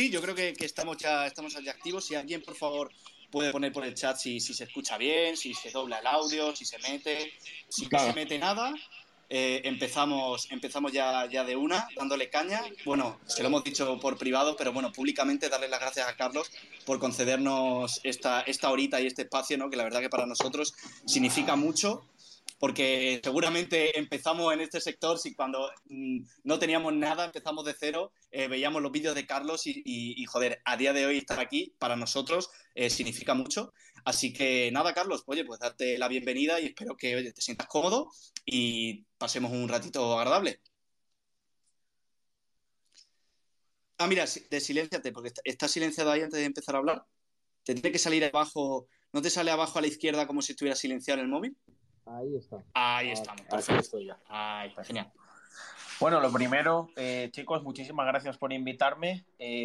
sí, yo creo que estamos ya activos. Si alguien, por favor, puede poner por el chat si se escucha bien, si se dobla el audio, si se mete. Si no se Claro. mete nada, empezamos ya de una, dándole caña. Bueno, se lo hemos dicho por privado, pero bueno, públicamente darle las gracias a Carlos por concedernos esta horita y este espacio, ¿no? Que la verdad que para nosotros significa mucho. Porque seguramente empezamos en este sector, si cuando no teníamos nada, empezamos de cero, veíamos los vídeos de Carlos y, joder, a día de hoy estar aquí para nosotros significa mucho. Así que nada, Carlos, oye, pues darte la bienvenida y espero que oye, te sientas cómodo y pasemos un ratito agradable. Ah, mira, desilénciate, porque estás silenciado ahí antes de empezar a hablar. Te tiene que salir abajo, ¿no te sale abajo a la izquierda como si estuviera silenciado en el móvil? Ahí está. Ahí estamos, Aquí perfecto. estoy ya. Ahí, genial. Bueno, lo primero, chicos, muchísimas gracias por invitarme.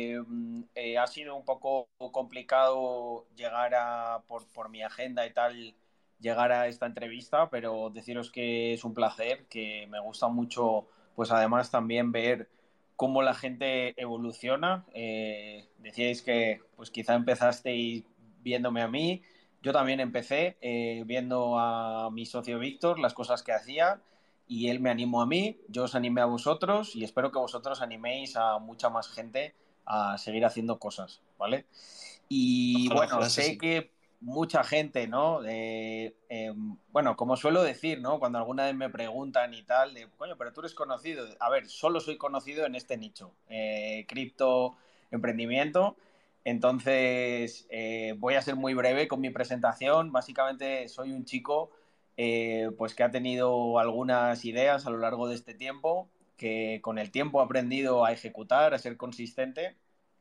Ha sido un poco complicado por mi agenda y tal, llegar a esta entrevista, pero deciros que es un placer, que me gusta mucho, pues además también ver cómo la gente evoluciona. Decíais que pues quizá empezasteis viéndome a mí. Yo también empecé viendo a mi socio Víctor, las cosas que hacía y él me animó a mí, yo os animé a vosotros y espero que vosotros animéis a mucha más gente a seguir haciendo cosas, ¿vale? Y Ojalá, bueno, ojalá sea sé así. que mucha gente, ¿no? Bueno, como suelo decir, ¿no? Cuando alguna vez me preguntan y tal, de, coño, pero tú eres conocido. A ver, solo soy conocido en este nicho, cripto, emprendimiento. Entonces, voy a ser muy breve con mi presentación. Básicamente, soy un chico pues que ha tenido algunas ideas a lo largo de este tiempo, que con el tiempo ha aprendido a ejecutar, a ser consistente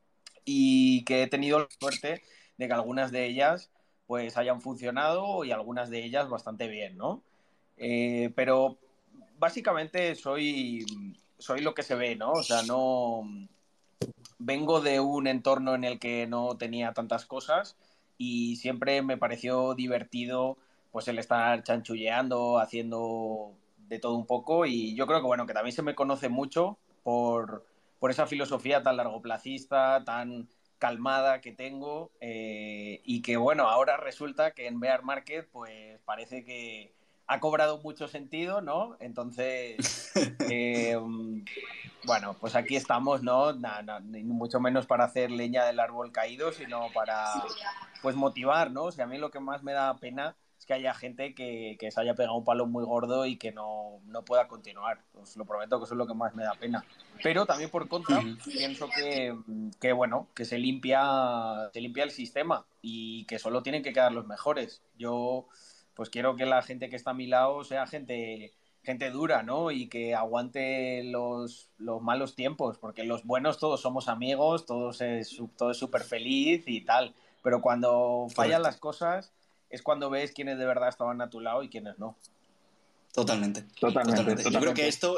y que he tenido la suerte de que algunas de ellas pues hayan funcionado y algunas de ellas bastante bien, ¿no? Pero básicamente soy lo que se ve, ¿no? O sea, no vengo de un entorno en el que no tenía tantas cosas y siempre me pareció divertido pues el estar chanchulleando, haciendo de todo un poco y yo creo que bueno, que también se me conoce mucho por esa filosofía tan largoplacista, tan calmada que tengo y que bueno, ahora resulta que en Bear Market pues parece que ha cobrado mucho sentido, ¿no? Entonces, eh, bueno, pues aquí estamos, ¿no? Ni mucho menos para hacer leña del árbol caído, sino para, pues, motivar, ¿no? O sea, a mí lo que más me da pena es que haya gente que se haya pegado un palo muy gordo y que no pueda continuar. Os lo prometo que eso es lo que más me da pena. Pero también por contra, pienso bueno, que se limpia el sistema y que solo tienen que quedar los mejores. Yo, pues quiero que la gente que está a mi lado sea gente dura, ¿no? Y que aguante los malos tiempos, porque los buenos todos somos amigos, todo es súper feliz y tal, pero cuando fallan Correcto. las cosas es cuando ves quiénes de verdad estaban a tu lado y quiénes no. Totalmente. Totalmente, Totalmente. Yo creo que totalmente. esto...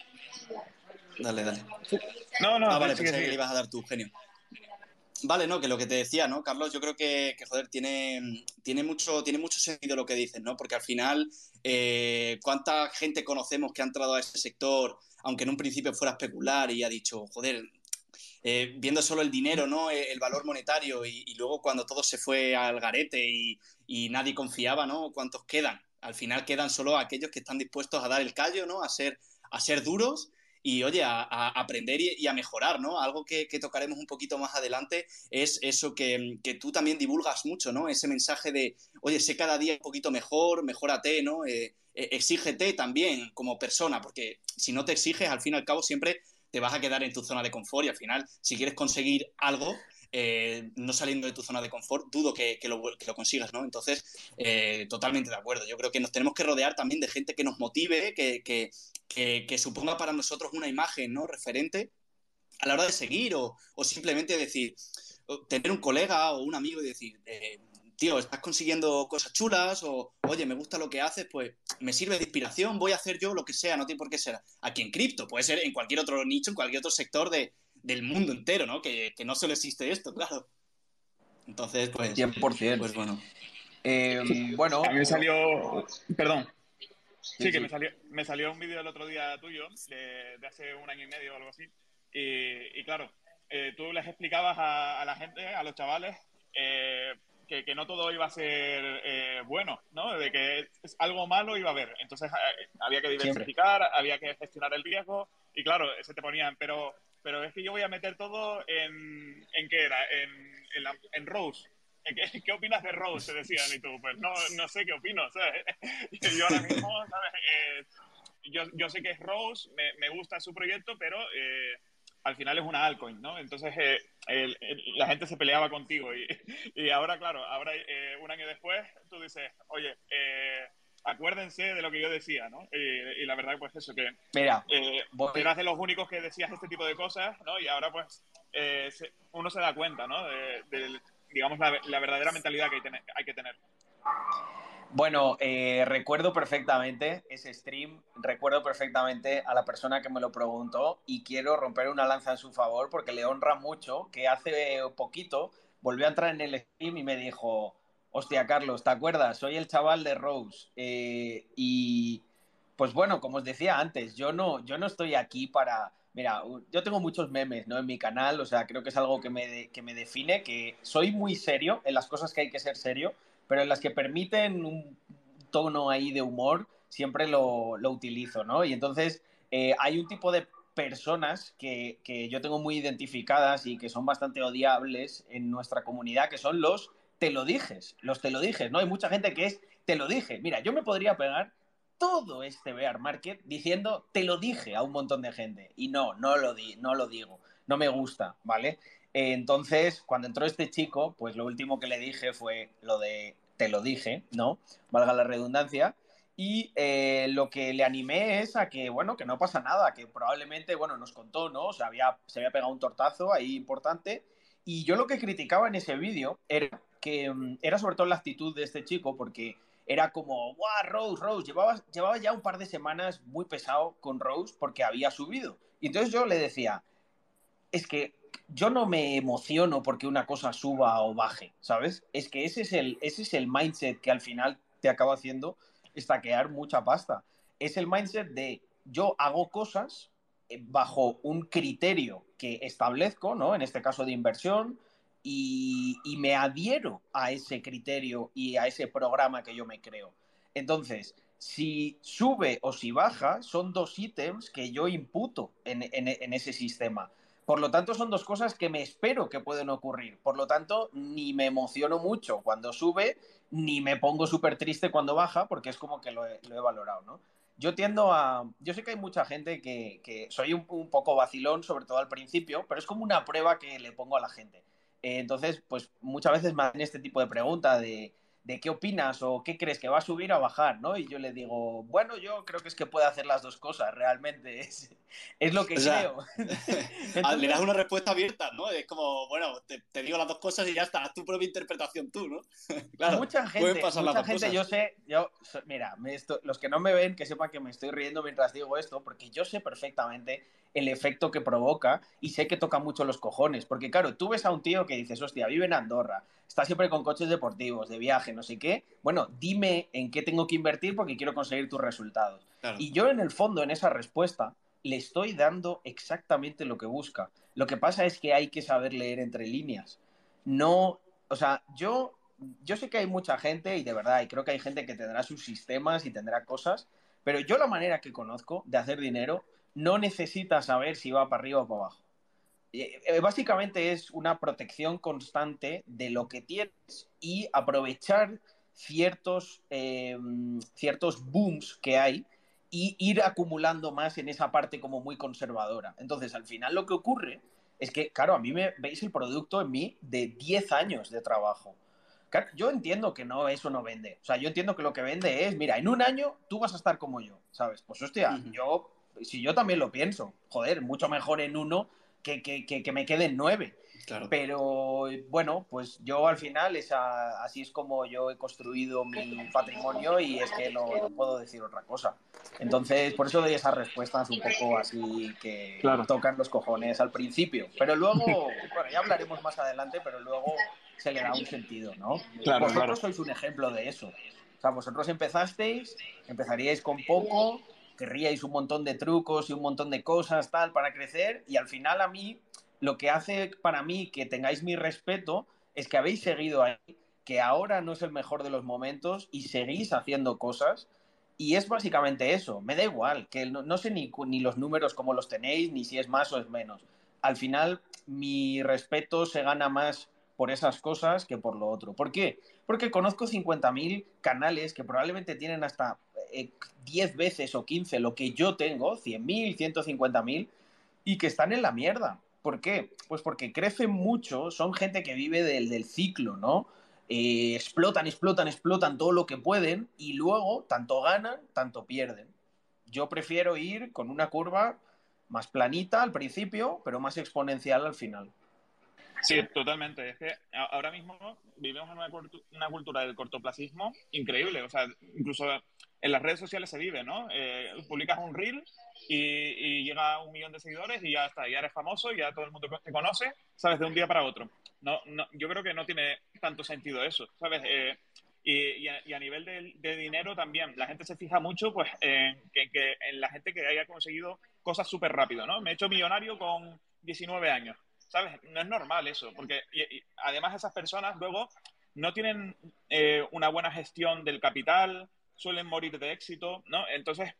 Dale, dale. No, Ah, no, vale, sigue, pensé que le sigue. ibas a dar tu genio. Vale, no, que lo que te decía, ¿no, Carlos? Yo creo que joder, tiene mucho sentido lo que dices, ¿no? Porque al final, ¿cuánta gente conocemos que ha entrado a ese sector, aunque en un principio fuera a especular y ha dicho, joder, viendo solo el dinero, ¿no? El valor monetario y luego cuando todo se fue al garete y nadie confiaba, ¿no? ¿Cuántos quedan? Al final quedan solo aquellos que están dispuestos a dar el callo, ¿no? A ser duros y, oye, a aprender y a mejorar, ¿no? Algo que tocaremos un poquito más adelante es eso que tú también divulgas mucho, ¿no? Ese mensaje de, oye, sé cada día un poquito mejor, mejórate, ¿no? Exígete también como persona, porque si no te exiges, al fin y al cabo siempre te vas a quedar en tu zona de confort y al final, si quieres conseguir algo, no saliendo de tu zona de confort, dudo que lo consigas, ¿no? Entonces, totalmente de acuerdo. Yo creo que nos tenemos que rodear también de gente que nos motive, que suponga para nosotros una imagen, ¿no? Referente a la hora de seguir o simplemente decir, tener un colega o un amigo y decir, tío, estás consiguiendo cosas chulas o, oye, me gusta lo que haces, pues me sirve de inspiración, voy a hacer yo lo que sea, no tiene por qué ser aquí en cripto, puede ser en cualquier otro nicho, en cualquier otro sector del mundo entero, ¿no? Que no solo existe esto, claro. Entonces, pues, 100%. pues bueno. A Bueno, mí me yo... salió, perdón, Sí, sí, que sí. me salió un vídeo el otro día tuyo, de hace un año y medio o algo así, y claro, tú les explicabas a la gente, a los chavales, que no todo iba a ser bueno, ¿no? De que algo malo iba a haber. Entonces había que Siempre. diversificar, había que gestionar el riesgo y claro, se te ponían, pero es que yo voy a meter todo ¿en qué era? En Rose. ¿Qué opinas de Rose? Te decían, y tú, pues no sé qué opino, ¿sabes? Yo ahora mismo, ¿sabes? Yo sé que es Rose, me gusta su proyecto, pero al final es una altcoin, ¿no? Entonces la gente se peleaba contigo y ahora, claro, ahora un año después tú dices, oye, acuérdense de lo que yo decía, ¿no? Y la verdad, pues eso, que Mira, eras de los únicos que decías este tipo de cosas, ¿no? Y ahora, pues, uno se da cuenta, ¿no? Digamos, la verdadera mentalidad que hay que tener. Bueno, recuerdo perfectamente ese stream, recuerdo perfectamente a la persona que me lo preguntó y quiero romper una lanza en su favor porque le honra mucho que hace poquito volvió a entrar en el stream y me dijo, hostia, Carlos, ¿te acuerdas? Soy el chaval de Rose. Y pues bueno, como os decía antes, yo no estoy aquí para... Mira, yo tengo muchos memes, ¿no? En mi canal, o sea, creo que es algo que me define, que soy muy serio en las cosas que hay que ser serio, pero en las que permiten un tono ahí de humor, siempre lo utilizo, ¿no? Y entonces hay un tipo de personas que yo tengo muy identificadas y que son bastante odiables en nuestra comunidad, que son los te lo dijes, ¿no? Hay mucha gente que es te lo dije. Mira, yo me podría pegar todo este bear market diciendo te lo dije a un montón de gente y no lo digo, no me gusta, ¿vale? Entonces, cuando entró este chico, pues lo último que le dije fue lo de te lo dije, ¿no? Valga la redundancia. Y lo que le animé es a que, bueno, que no pasa nada, que probablemente, bueno, nos contó, ¿no? Se había pegado un tortazo ahí importante. Y yo lo que criticaba en ese vídeo era que era sobre todo la actitud de este chico, porque era como, ¡guau, Rose, Rose! Llevaba ya un par de semanas muy pesado con Rose porque había subido. Y entonces yo le decía, es que yo no me emociono porque una cosa suba o baje, ¿sabes? Es que ese es el mindset que al final te acaba haciendo estaquear mucha pasta. Es el mindset de yo hago cosas bajo un criterio que establezco, ¿no? En este caso de inversión, y me adhiero a ese criterio y a ese programa que yo me creo. Entonces, si sube o si baja, son dos ítems que yo imputo en ese sistema. Por lo tanto, son dos cosas que me espero que pueden ocurrir. Por lo tanto, ni me emociono mucho cuando sube, ni me pongo súper triste cuando baja, porque es como que lo he valorado, ¿no? Yo tiendo a... Yo sé que hay mucha gente que soy un poco vacilón, sobre todo al principio, pero es como una prueba que le pongo a la gente. Entonces, pues muchas veces me hacen este tipo de pregunta de qué opinas o qué crees que va a subir o a bajar, ¿no? Y yo le digo, bueno, yo creo que es que puede hacer las dos cosas, realmente es lo O que sea, creo. le das Entonces, una respuesta abierta, ¿no? Es como, bueno, te digo las dos cosas y ya está, haz tu propia interpretación tú, ¿no? Claro, pueden pasar las mucha dos gente, cosas. yo sé, mira, los que no me ven, que sepan que me estoy riendo mientras digo esto, porque yo sé perfectamente el efecto que provoca y sé que toca mucho los cojones, porque claro, tú ves a un tío que dices, hostia, vive en Andorra, está siempre con coches deportivos, de viaje, no sé qué, bueno, dime en qué tengo que invertir porque quiero conseguir tus resultados. Claro. Y yo en el fondo, en esa respuesta, le estoy dando exactamente lo que busca. Lo que pasa es que hay que saber leer entre líneas. No, o sea, yo sé que hay mucha gente y de verdad, y creo que hay gente que tendrá sus sistemas y tendrá cosas, pero yo la manera que conozco de hacer dinero no necesita saber si va para arriba o para abajo. Básicamente es una protección constante de lo que tienes y aprovechar ciertos booms que hay y ir acumulando más en esa parte como muy conservadora. Entonces, al final lo que ocurre es que, claro, a mí me veis el producto en mí de 10 años de trabajo. Claro, yo entiendo que no, eso no vende. O sea, yo entiendo que lo que vende es, mira, en un año tú vas a estar como yo, ¿sabes? Pues hostia, Ujú. si yo también lo pienso, joder, mucho mejor en uno que me queden 9. Claro. Pero bueno, pues yo al final así es como yo he construido mi patrimonio y es que no puedo decir otra cosa. Entonces, por eso doy esas respuestas un poco así que Claro, tocan los cojones al principio. Pero luego, bueno, ya hablaremos más adelante, pero luego se le da un sentido, ¿no? claro, claro. Vosotros sois un ejemplo de eso. O sea, vosotros empezaríais con poco, querríais un montón de trucos y un montón de cosas tal para crecer y al final a mí lo que hace para mí que tengáis mi respeto es que habéis seguido ahí, que ahora no es el mejor de los momentos y seguís haciendo cosas. Y es básicamente eso. Me da igual, que no sé ni los números como los tenéis, ni si es más o es menos. Al final, mi respeto se gana más por esas cosas que por lo otro. ¿Por qué? Porque conozco 50.000 canales que probablemente tienen hasta 10 veces o 15 lo que yo tengo, 100.000, 150.000, y que están en la mierda. ¿Por qué? Pues porque crecen mucho, son gente que vive del ciclo, ¿no? Explotan, explotan, explotan todo lo que pueden y luego tanto ganan, tanto pierden. Yo prefiero ir con una curva más planita al principio, pero más exponencial al final. Sí, totalmente. Es que ahora mismo vivimos en una cultura del cortoplacismo increíble. O sea, incluso en las redes sociales se vive, ¿no? Publicas un reel y llega a 1 millón de seguidores y ya está, ya eres famoso, ya todo el mundo te conoce, ¿sabes? De un día para otro. No, no, yo creo que no tiene tanto sentido eso, ¿sabes? Y a nivel de dinero también, la gente se fija mucho pues, en la gente que haya conseguido cosas súper rápido, ¿no? Me he hecho millonario con 19 años. ¿Sabes? No es normal eso, porque y además esas personas luego no tienen una buena gestión del capital, suelen morir de éxito, ¿no? Entonces,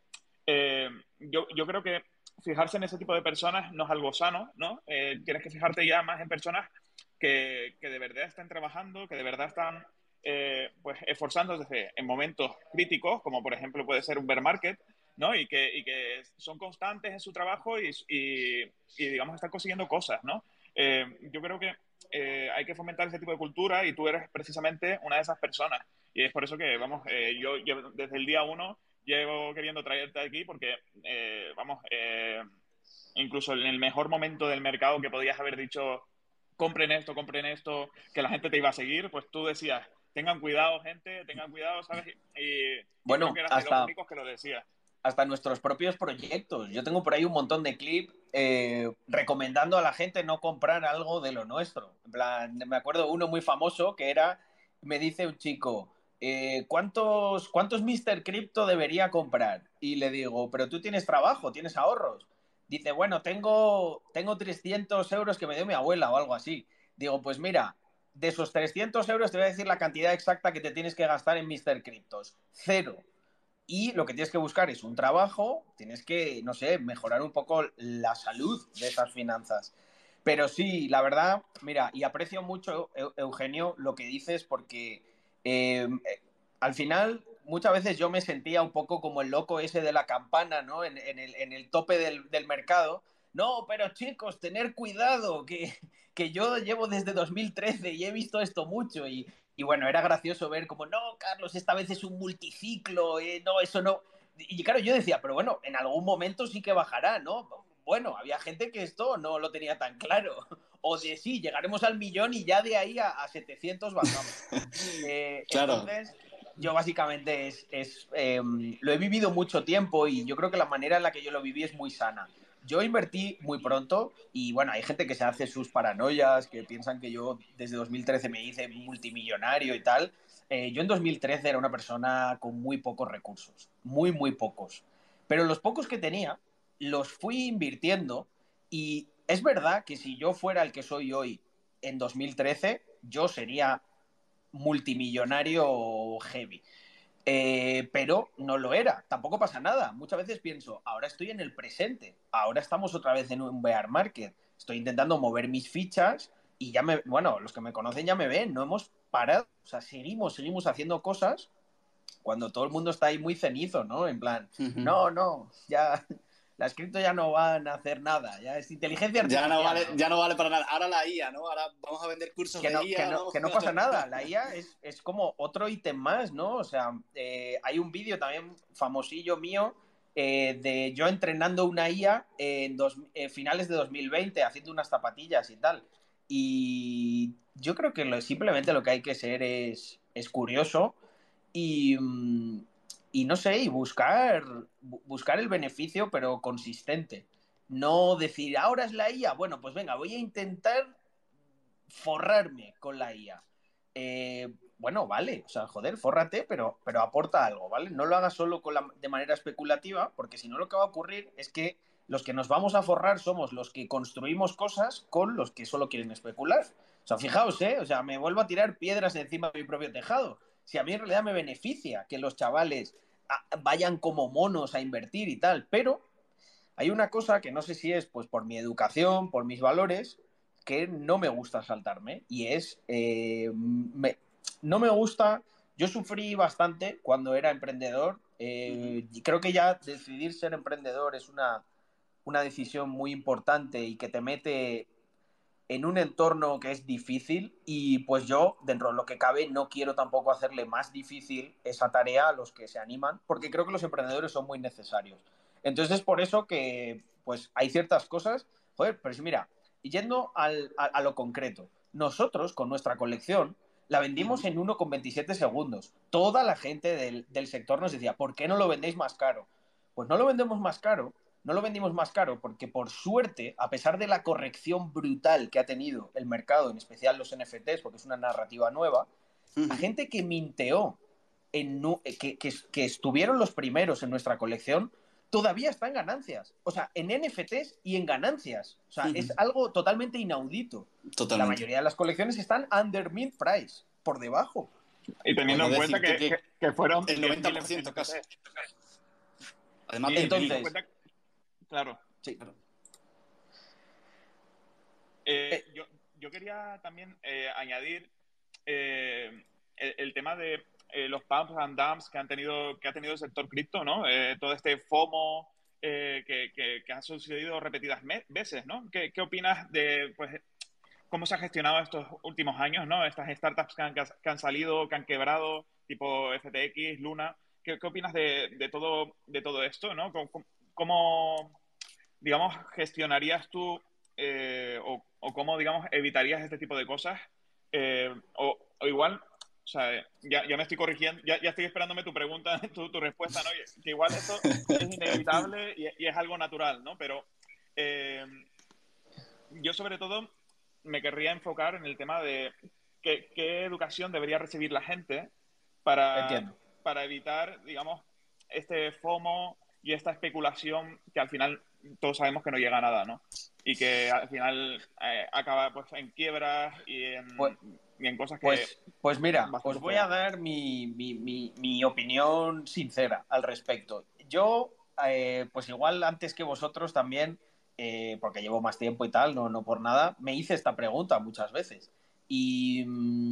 yo creo que fijarse en ese tipo de personas no es algo sano, ¿no? Tienes que fijarte ya más en personas que de verdad están trabajando, que de verdad están pues esforzándose en momentos críticos, como por ejemplo puede ser un bear market, ¿no? Y que son constantes en su trabajo y digamos, están consiguiendo cosas, ¿no? Yo creo que hay que fomentar ese tipo de cultura y tú eres precisamente una de esas personas. Y es por eso que, vamos, yo desde el día uno llevo queriendo traerte aquí porque, vamos, incluso en el mejor momento del mercado que podías haber dicho, compren esto, que la gente te iba a seguir, pues tú decías, tengan cuidado, gente, tengan cuidado, ¿sabes? Y creo Bueno, que eras de los hasta, únicos que lo decía. hasta nuestros propios proyectos. Yo tengo por ahí un montón de clips recomendando a la gente no comprar algo de lo nuestro. En plan, me acuerdo uno muy famoso que era, me dice un chico, ¿cuántos Mr. Crypto debería comprar? Y le digo, pero tú tienes trabajo, tienes ahorros. Dice, bueno, tengo 300 euros que me dio mi abuela o algo así. Digo, pues mira, de esos 300 euros te voy a decir la cantidad exacta que te tienes que gastar en Mr. Cryptos. Cero. Y lo que tienes que buscar es un trabajo, tienes que, no sé, mejorar un poco la salud de esas finanzas. Pero sí, la verdad, mira, y aprecio mucho, Eugenio, lo que dices porque al final muchas veces yo me sentía un poco como el loco ese de la campana, ¿no? En el tope del mercado. No, pero chicos, tener cuidado, que yo llevo desde 2013 y he visto esto mucho y bueno, era gracioso ver como, no, Carlos, esta vez es un multiciclo, no, eso no. Y claro, yo decía, pero bueno, en algún momento sí que bajará, ¿no? Bueno, había gente que esto no lo tenía tan claro. O de sí, llegaremos al millón y ya de ahí a 700 bajamos. Claro. Entonces, yo básicamente lo he vivido mucho tiempo y yo creo que la manera en la que yo lo viví es muy sana. Yo invertí muy pronto y bueno, hay gente que se hace sus paranoias, que piensan que yo desde 2013 me hice multimillonario y tal. Yo en 2013 era una persona con muy pocos recursos, muy, muy pocos. Pero los pocos que tenía los fui invirtiendo y es verdad que si yo fuera el que soy hoy en 2013, yo sería multimillonario heavy. Pero no lo era, tampoco pasa nada. Muchas veces pienso, ahora estoy en el presente, ahora estamos otra vez en un bear market, estoy intentando mover mis fichas y bueno, los que me conocen ya me ven, no hemos parado, o sea, seguimos haciendo cosas cuando todo el mundo está ahí muy cenizo, ¿no? En plan, Ujú. no, no, ya las cripto ya no van a hacer nada, ya es inteligencia artificial, ¿no? Ya no vale para nada. Ahora la IA, ¿no? Ahora vamos a vender cursos Que de no, que IA, no, vamos. que no pasa nada. La IA es como otro ítem más, ¿no? O sea, hay un vídeo también famosillo mío de yo entrenando una IA en finales de 2020 haciendo unas zapatillas y tal. Y yo creo que simplemente lo que hay que ser es curioso y, y no sé, y buscar el beneficio, pero consistente. No decir, ahora es la IA, bueno, pues venga, voy a intentar forrarme con la IA. Bueno, vale, o sea, joder, fórrate, pero aporta algo, ¿vale? No lo hagas solo de manera especulativa, porque si no lo que va a ocurrir es que los que nos vamos a forrar somos los que construimos cosas con los que solo quieren especular. O sea, fijaos, ¿eh? O sea, me vuelvo a tirar piedras encima de mi propio tejado. Si a mí en realidad me beneficia que los chavales vayan como monos a invertir y tal, pero hay una cosa que no sé si es pues por mi educación, por mis valores, que no me gusta saltarme y es, no me gusta, yo sufrí bastante cuando era emprendedor, creo que ya decidir ser emprendedor es una decisión muy importante y que te mete en un entorno que es difícil y pues yo, dentro de lo que cabe, no quiero tampoco hacerle más difícil esa tarea a los que se animan, porque creo que los emprendedores son muy necesarios. Entonces es por eso que pues hay ciertas cosas, joder, pero si mira, yendo a lo concreto, nosotros con nuestra colección la vendimos en 1,27 segundos. Toda la gente del sector nos decía, ¿por qué no lo vendéis más caro? Pues no lo vendemos más caro, no lo vendimos más caro porque por suerte, a pesar de la corrección brutal que ha tenido el mercado, en especial los NFTs, porque es una narrativa nueva, la gente que minteó, que estuvieron los primeros en nuestra colección, todavía está en ganancias. O sea, en NFTs y en ganancias. O sea, es algo totalmente inaudito. Totalmente. La mayoría de las colecciones están under mint price, por debajo. Y teniendo en cuenta que fueron el 90% casi. Además, entonces, claro. Sí. Yo quería también añadir el tema de los pumps and dumps que ha tenido el sector cripto, ¿no? Todo este FOMO que ha sucedido repetidas veces, ¿no? ¿Qué opinas de pues, cómo se ha gestionado estos últimos años, ¿no? Estas startups que han salido, que han quebrado, tipo FTX, Luna. ¿Qué opinas de todo esto, ¿no? ¿Cómo digamos, gestionarías tú o cómo, digamos, evitarías este tipo de cosas? O igual, o sea, ya me estoy corrigiendo, ya estoy esperándome tu pregunta, tu respuesta, ¿no? Que igual esto es inevitable y es algo natural, ¿no? Pero yo sobre todo me querría enfocar en el tema de qué educación debería recibir la gente para evitar, digamos, este FOMO y esta especulación que al final todos sabemos que no llega a nada, ¿no? Y que al final acaba pues en quiebras y en cosas que... Pues mira, os voy a dar mi opinión sincera al respecto. Yo, pues igual antes que vosotros también, porque llevo más tiempo y tal, no por nada, me hice esta pregunta muchas veces. Y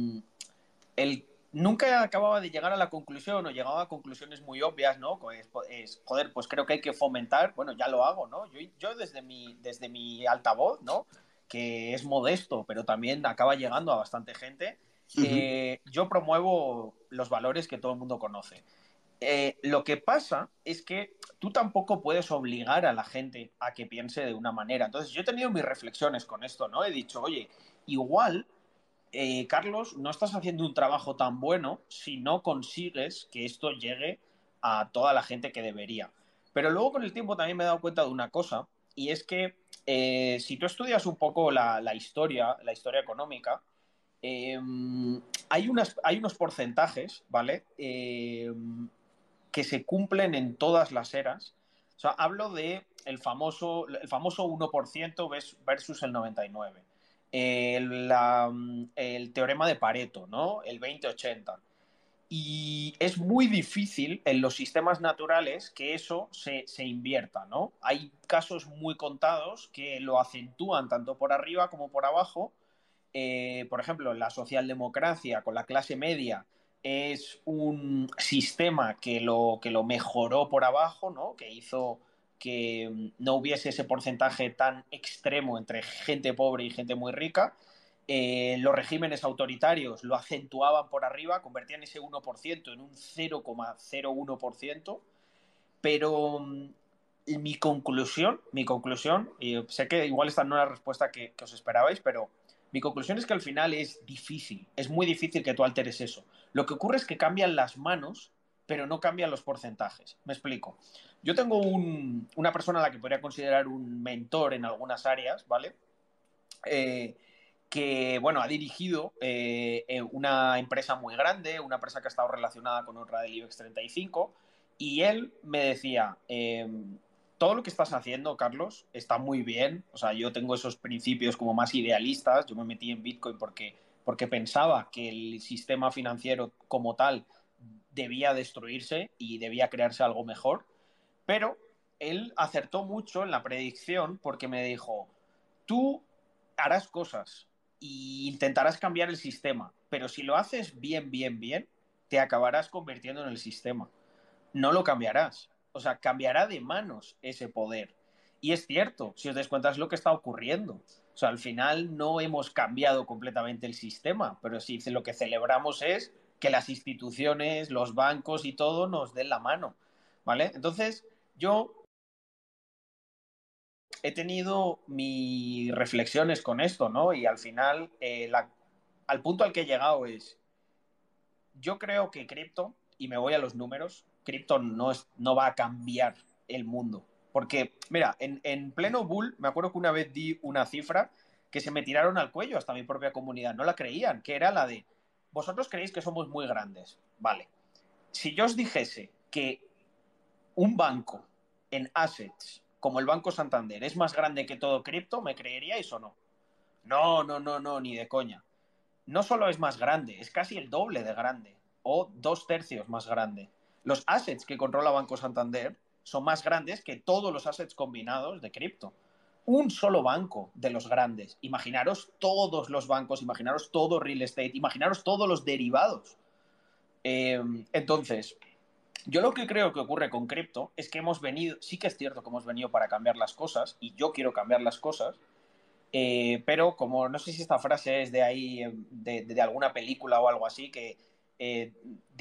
nunca acababa de llegar a la conclusión o llegaba a conclusiones muy obvias, ¿no? Joder, pues creo que hay que fomentar, bueno, ya lo hago, ¿no? Yo desde mi altavoz, ¿no? Que es modesto, pero también acaba llegando a bastante gente, yo promuevo los valores que todo el mundo conoce. Lo que pasa es que tú tampoco puedes obligar a la gente a que piense de una manera. Entonces, yo he tenido mis reflexiones con esto, ¿no? He dicho, oye, igual Carlos, no estás haciendo un trabajo tan bueno si no consigues que esto llegue a toda la gente que debería. Pero luego con el tiempo también me he dado cuenta de una cosa, y es que si tú estudias un poco la historia económica, hay unos porcentajes, ¿vale? Que se cumplen en todas las eras. O sea, hablo de el famoso 1% versus el 99%. El teorema de Pareto, ¿no? El 20-80. Y es muy difícil en los sistemas naturales que eso se invierta, ¿no? Hay casos muy contados que lo acentúan tanto por arriba como por abajo. Por ejemplo, la socialdemocracia con la clase media es un sistema que lo mejoró por abajo, ¿no? Que hizo que no hubiese ese porcentaje tan extremo entre gente pobre y gente muy rica. Los regímenes autoritarios lo acentuaban por arriba, convertían ese 1% en un 0,01%, pero mi conclusión, y sé que igual esta no es la respuesta que os esperabais, pero mi conclusión es que al final es difícil, es muy difícil que tú alteres eso. Lo que ocurre es que cambian las manos, pero no cambian los porcentajes. Me explico. Yo tengo una persona a la que podría considerar un mentor en algunas áreas, ¿vale? Que, bueno, ha dirigido una empresa muy grande, una empresa que ha estado relacionada con otra del IBEX 35, y él me decía, todo lo que estás haciendo, Carlos, está muy bien. O sea, yo tengo esos principios como más idealistas. Yo me metí en Bitcoin porque pensaba que el sistema financiero como tal debía destruirse y debía crearse algo mejor. Pero él acertó mucho en la predicción porque me dijo, tú harás cosas e intentarás cambiar el sistema, pero si lo haces bien, bien, bien, te acabarás convirtiendo en el sistema. No lo cambiarás. O sea, cambiará de manos ese poder. Y es cierto, si os das cuenta es lo que está ocurriendo. O sea, al final no hemos cambiado completamente el sistema, pero sí lo que celebramos es que las instituciones, los bancos y todo nos den la mano, ¿vale? Entonces, yo he tenido mis reflexiones con esto, ¿no? Y al final, al punto al que he llegado es, yo creo que cripto, y me voy a los números, cripto no va a cambiar el mundo. Porque, mira, en pleno bull, me acuerdo que una vez di una cifra que se me tiraron al cuello hasta mi propia comunidad. No la creían, que era la de, vosotros creéis que somos muy grandes. Vale. Si yo os dijese que un banco en assets como el Banco Santander es más grande que todo cripto, ¿me creeríais o no? No, no, no, no, ni de coña. No solo es más grande, es casi el doble de grande o 2/3 más grande. Los assets que controla Banco Santander son más grandes que todos los assets combinados de cripto. Un solo banco de los grandes. Imaginaros todos los bancos, imaginaros todo real estate, imaginaros todos los derivados. Entonces, yo lo que creo que ocurre con cripto es que hemos venido, sí que es cierto que hemos venido para cambiar las cosas y yo quiero cambiar las cosas, pero como no sé si esta frase es de ahí, de alguna película o algo así, que eh,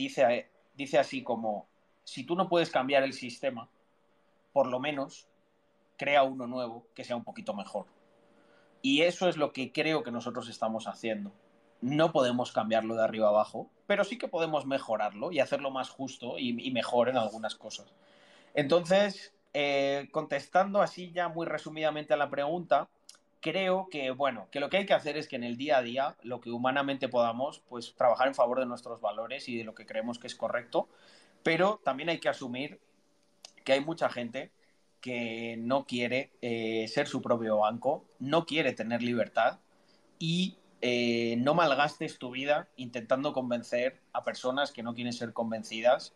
dice así como, si tú no puedes cambiar el sistema, por lo menos crea uno nuevo que sea un poquito mejor. Y eso es lo que creo que nosotros estamos haciendo. No podemos cambiarlo de arriba abajo, pero sí que podemos mejorarlo y hacerlo más justo y mejor en algunas cosas. Entonces, contestando así ya muy resumidamente a la pregunta, creo que, bueno, que lo que hay que hacer es que en el día a día, lo que humanamente podamos, pues trabajar en favor de nuestros valores y de lo que creemos que es correcto, pero también hay que asumir que hay mucha gente que no quiere ser su propio banco, no quiere tener libertad y no malgastes tu vida intentando convencer a personas que no quieren ser convencidas,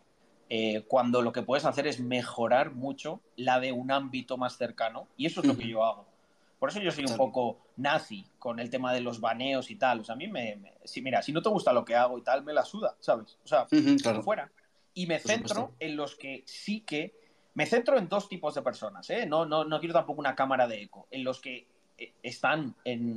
cuando lo que puedes hacer es mejorar mucho la de un ámbito más cercano, y eso es lo que yo hago. Por eso yo soy un Total. poco nazi con el tema de los baneos y tal. O sea, a mí si, mira, si no te gusta lo que hago y tal, me la suda, ¿sabes? O sea, Claro, fuera. Y me por centro supuesto. en los que sí que... Me centro en dos tipos de personas, ¿eh? No quiero tampoco una cámara de eco. En los que están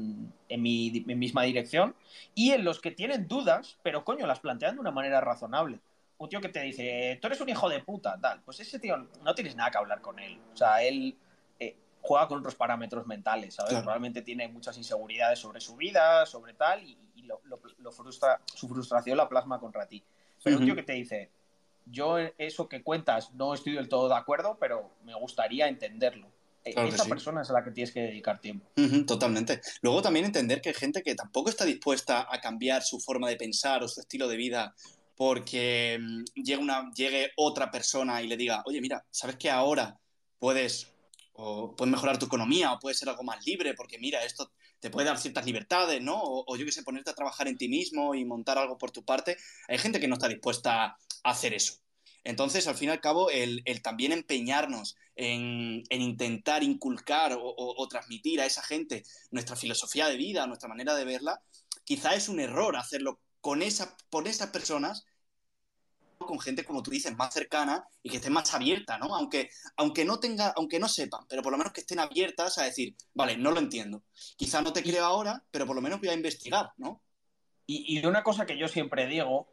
en mi misma dirección y en los que tienen dudas, pero coño, las plantean de una manera razonable. Un tío que te dice, tú eres un hijo de puta, tal, pues ese tío no tienes nada que hablar con él. O sea, él juega con otros parámetros mentales, ¿sabes? Claro. Probablemente tiene muchas inseguridades sobre su vida, sobre tal, y lo frustra, su frustración la plasma contra ti. Pero un tío que te dice, yo eso que cuentas no estoy del todo de acuerdo, pero me gustaría entenderlo. Claro que Esa sí. persona es a la que tienes que dedicar tiempo. Totalmente. Luego también entender que hay gente que tampoco está dispuesta a cambiar su forma de pensar o su estilo de vida porque llegue otra persona y le diga, oye, mira, ¿sabes que ahora puedes, puedes mejorar tu economía o puedes ser algo más libre porque mira, esto te puede dar ciertas libertades, ¿no? O yo qué sé, ponerte a trabajar en ti mismo y montar algo por tu parte. Hay gente que no está dispuesta a hacer eso. Entonces, al fin y al cabo, el también empeñarnos en intentar inculcar o transmitir a esa gente nuestra filosofía de vida, nuestra manera de verla, quizá es un error hacerlo con esas personas, con gente, como tú dices, más cercana y que esté más abierta, ¿no? Aunque no sepan, pero por lo menos que estén abiertas a decir, vale, no lo entiendo. Quizá no te Y, creo ahora, pero por lo menos voy a investigar, ¿no? y una cosa que yo siempre digo,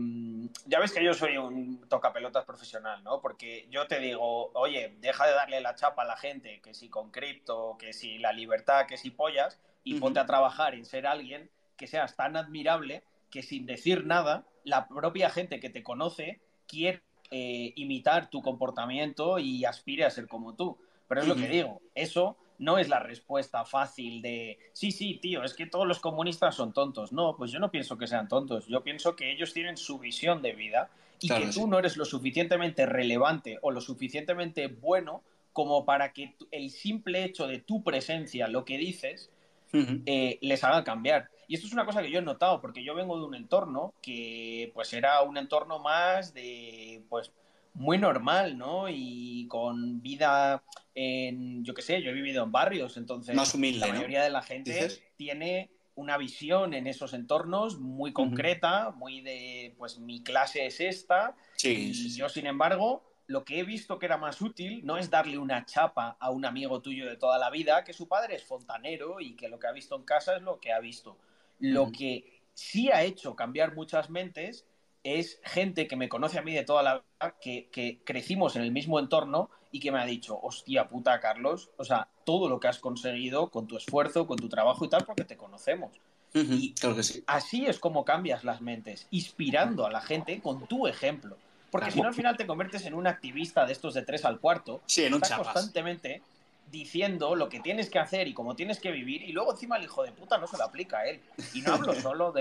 ya ves que yo soy un tocapelotas profesional, ¿no? Porque yo te digo, oye, deja de darle la chapa a la gente, que si con cripto, que si la libertad, que si pollas, y ponte a trabajar en ser alguien que seas tan admirable que sin decir nada, la propia gente que te conoce quiere imitar tu comportamiento y aspire a ser como tú. Pero es lo que digo, eso no es la respuesta fácil de, sí, sí, tío, es que todos los comunistas son tontos. No, pues yo no pienso que sean tontos, yo pienso que ellos tienen su visión de vida y Claro que que tú sí. no eres lo suficientemente relevante o lo suficientemente bueno como para que el simple hecho de tu presencia, lo que dices, Ujú. les haga cambiar. Y esto es una cosa que yo he notado, porque yo vengo de un entorno que pues era un entorno más de, pues, muy normal, ¿no? Y con vida en, yo qué sé, yo he vivido en barrios, entonces Más la humilde, ¿no? mayoría de la gente ¿Dices? tiene una visión en esos entornos muy Ujú. concreta, muy de, pues mi clase es esta, Sí, sí, y yo, sí. sin embargo, lo que he visto que era más útil no es darle una chapa a un amigo tuyo de toda la vida, que su padre es fontanero y que lo que ha visto en casa es lo que ha visto. Lo Ujú. que sí ha hecho cambiar muchas mentes es gente que me conoce a mí de toda la vida, que crecimos en el mismo entorno y que me ha dicho, hostia puta, Carlos, o sea, todo lo que has conseguido con tu esfuerzo, con tu trabajo y tal, porque te conocemos. Ujú. Y Claro que sí. así es como cambias las mentes, inspirando a la gente con tu ejemplo. Porque si no, Claro. al final te conviertes en un activista de estos de 3 al cuarto, Sí, en que un está chapas. constantemente diciendo lo que tienes que hacer y cómo tienes que vivir, y luego encima el hijo de puta no se lo aplica a él. Y no hablo solo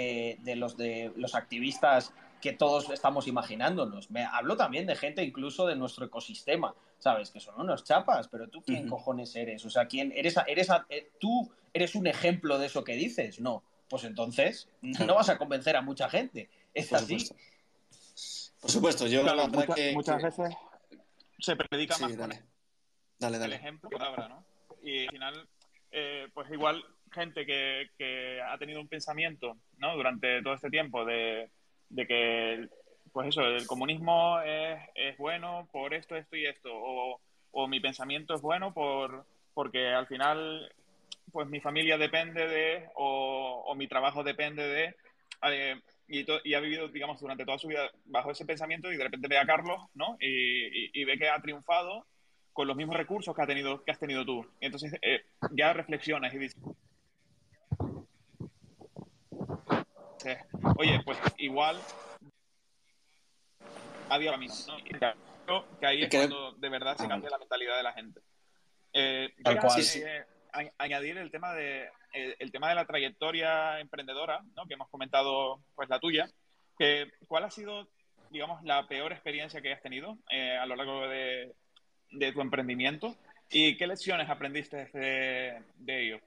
de los activistas que todos estamos imaginándonos. Hablo también de gente incluso de nuestro ecosistema, ¿sabes? Que son unos chapas, pero tú quién Ujú. cojones eres? O sea, ¿quién tú eres un ejemplo de eso que dices? No. Pues entonces no Claro, vas a convencer a mucha gente. Es por así. supuesto. Por supuesto, yo la Claro, verdad muchas veces se predica más Sí, con dale. Dale, el dale. ejemplo que la palabra, ¿no? Y al final, pues igual gente que ha tenido un pensamiento, ¿no? Durante todo este tiempo de que, pues eso, el comunismo es bueno por esto, esto y esto, o mi pensamiento es bueno porque al final, pues mi familia depende de, o mi trabajo depende de, y ha vivido, digamos, durante toda su vida bajo ese pensamiento y de repente ve a Carlos, ¿no? Y ve que ha triunfado con los mismos recursos que has tenido tú. Y entonces ya reflexionas y dices, oye, pues igual había caminos, ¿no? Y creo que ahí es Creo... cuando de verdad se Ah, vale. cambia la mentalidad de la gente. Tal Quería Sí, cual. sí. añadir el tema de la trayectoria emprendedora, ¿no? Que hemos comentado, pues la tuya. ¿Cuál ha sido, digamos, la peor experiencia que has tenido a lo largo de tu emprendimiento? ¿Y qué lecciones aprendiste de ello?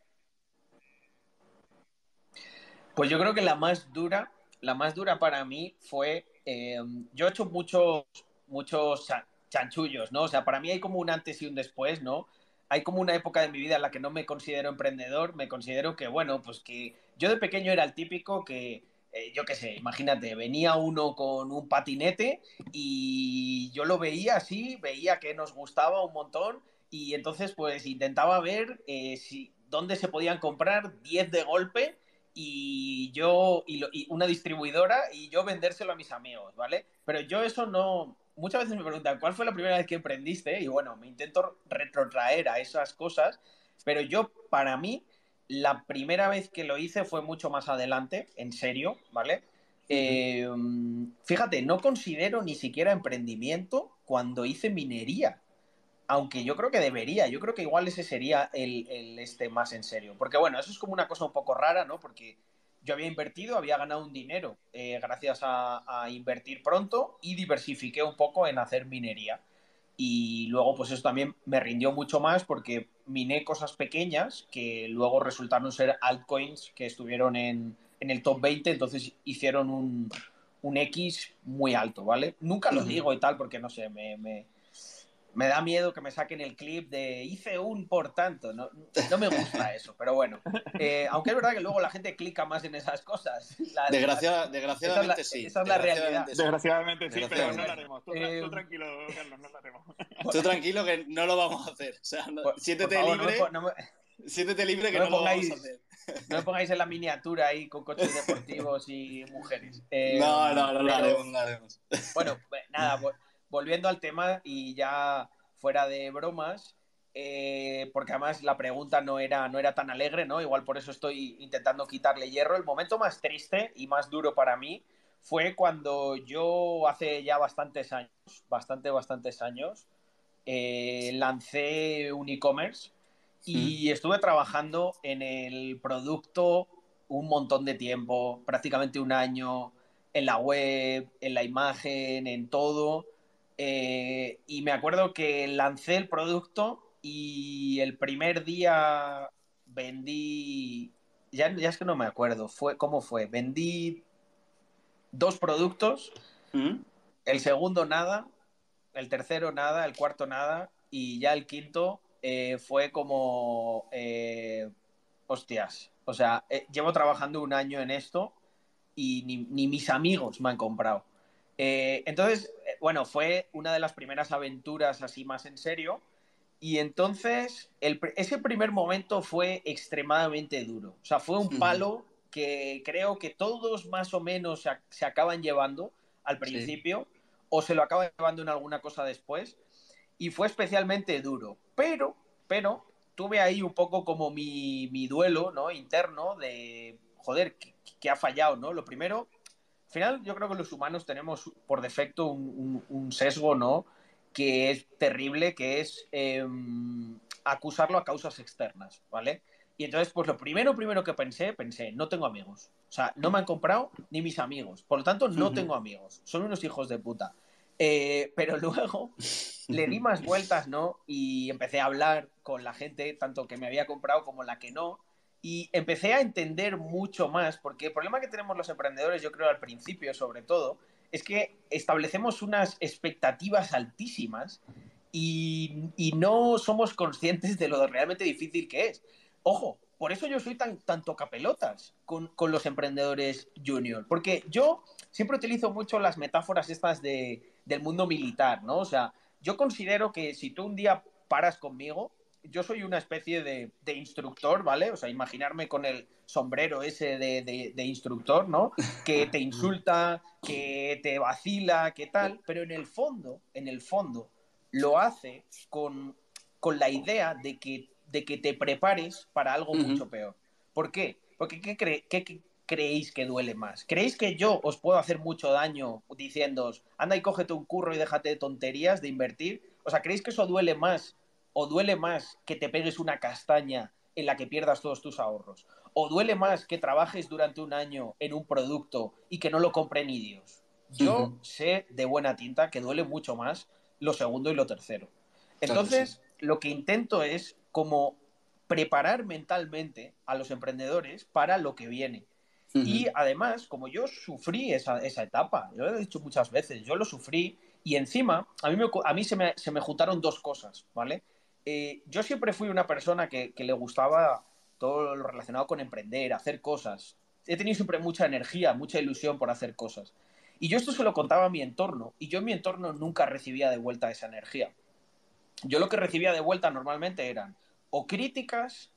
Pues yo creo que la más dura para mí fue, yo he hecho muchos chanchullos, ¿no? O sea, para mí hay como un antes y un después, ¿no? Hay como una época de mi vida en la que no me considero emprendedor, me considero que, bueno, pues que yo de pequeño era el típico que, yo qué sé, imagínate, venía uno con un patinete y yo lo veía así, veía que nos gustaba un montón y entonces pues intentaba ver dónde se podían comprar 10 de golpe y una distribuidora y yo vendérselo a mis amigos, ¿vale? Pero yo eso no... Muchas veces me preguntan, ¿cuál fue la primera vez que emprendiste? Y bueno, me intento retrotraer a esas cosas, pero yo, para mí, la primera vez que lo hice fue mucho más adelante, en serio, ¿vale? Ujú. Eh, Fíjate, no considero ni siquiera emprendimiento cuando hice minería, aunque yo creo que debería, yo creo que igual ese sería el más en serio. Porque bueno, eso es como una cosa un poco rara, ¿no? Porque yo había invertido, había ganado un dinero gracias a invertir pronto y diversifiqué un poco en hacer minería. Y luego pues eso también me rindió mucho más porque miné cosas pequeñas que luego resultaron ser altcoins que estuvieron en el top 20, entonces hicieron un X muy alto, ¿vale? Nunca lo Ujú. digo y tal porque no sé, me da miedo que me saquen el clip de hice un por tanto. No, no me gusta eso, pero bueno. Aunque es verdad que luego la gente clica más en esas cosas. Desgraciadamente sí. Esa es la realidad. Desgraciadamente sí. Desgraciadamente sí, pero no lo Desgraciadamente. haremos. Eh, Tú tranquilo, Carlos, no lo haremos. Tú tranquilo que no lo vamos a hacer. O sea, por favor, siéntete libre no que me no lo vamos a pongáis hacer. no me pongáis en la miniatura ahí con coches deportivos y mujeres. No, no, no lo haremos, no Pero lo haremos. bueno, nada, volviendo al tema y ya fuera de bromas, porque además la pregunta no era tan alegre, ¿no? Igual por eso estoy intentando quitarle hierro. El momento más triste y más duro para mí fue cuando yo hace ya bastantes años, lancé un e-commerce ¿Mm? y estuve trabajando en el producto un montón de tiempo, prácticamente un año, en la web, en la imagen, en todo. Y me acuerdo que lancé el producto y el primer día vendí, ya es que no me acuerdo, ¿cómo fue? Vendí 2 productos, ¿Mm? el segundo nada, el tercero nada, el cuarto nada, y ya el quinto fue como, hostias, o sea, llevo trabajando un año en esto y ni mis amigos me han comprado. Entonces, bueno, fue una de las primeras aventuras así más en serio. Y entonces, ese primer momento fue extremadamente duro. O sea, fue un Ujú. palo que creo que todos más o menos se acaban llevando al Sí. principio o se lo acaban llevando en alguna cosa después. Y fue especialmente duro. Pero tuve ahí un poco como mi duelo, ¿no? Interno de, joder, que ha fallado, ¿no? Lo primero, al final yo creo que los humanos tenemos por defecto un sesgo, ¿no? Que es terrible, que es acusarlo a causas externas, ¿vale? Y entonces, pues lo primero que pensé, no tengo amigos. O sea, no me han comprado ni mis amigos. Por lo tanto, no Ujú. tengo amigos. Son unos hijos de puta. Pero luego le di más vueltas, ¿no? Y empecé a hablar con la gente, tanto que me había comprado como la que no, y empecé a entender mucho más, porque el problema que tenemos los emprendedores, yo creo al principio sobre todo, es que establecemos unas expectativas altísimas y no somos conscientes de lo realmente difícil que es. Ojo, por eso yo soy tan tocapelotas con los emprendedores junior, porque yo siempre utilizo mucho las metáforas estas del mundo militar, ¿no? O sea, yo considero que si tú un día paras conmigo, yo soy una especie de instructor, ¿vale? O sea, imaginarme con el sombrero ese de instructor, ¿no? Que te insulta, que te vacila, que tal, pero en el fondo, lo hace con la idea de que te prepares para algo Ujú. mucho peor. ¿Por qué? Porque ¿qué creéis que duele más? ¿Creéis que yo os puedo hacer mucho daño diciéndoos, anda y cógete un curro y déjate de tonterías, de invertir? O sea, ¿creéis que eso duele más o duele más que te pegues una castaña en la que pierdas todos tus ahorros? ¿O duele más que trabajes durante un año en un producto y que no lo compre ni Dios? Yo Ujú. sé de buena tinta que duele mucho más lo segundo y lo tercero. Claro que sí. Entonces, lo que intento es como preparar mentalmente a los emprendedores para lo que viene. Y Ujú. además, como yo sufrí esa etapa, yo lo he dicho muchas veces, yo lo sufrí y encima a mí se me juntaron 2 cosas, ¿vale? Yo siempre fui una persona que le gustaba todo lo relacionado con emprender, hacer cosas. He tenido siempre mucha energía, mucha ilusión por hacer cosas. Y yo esto se lo contaba a mi entorno y yo en mi entorno nunca recibía de vuelta esa energía. Yo lo que recibía de vuelta normalmente eran o críticas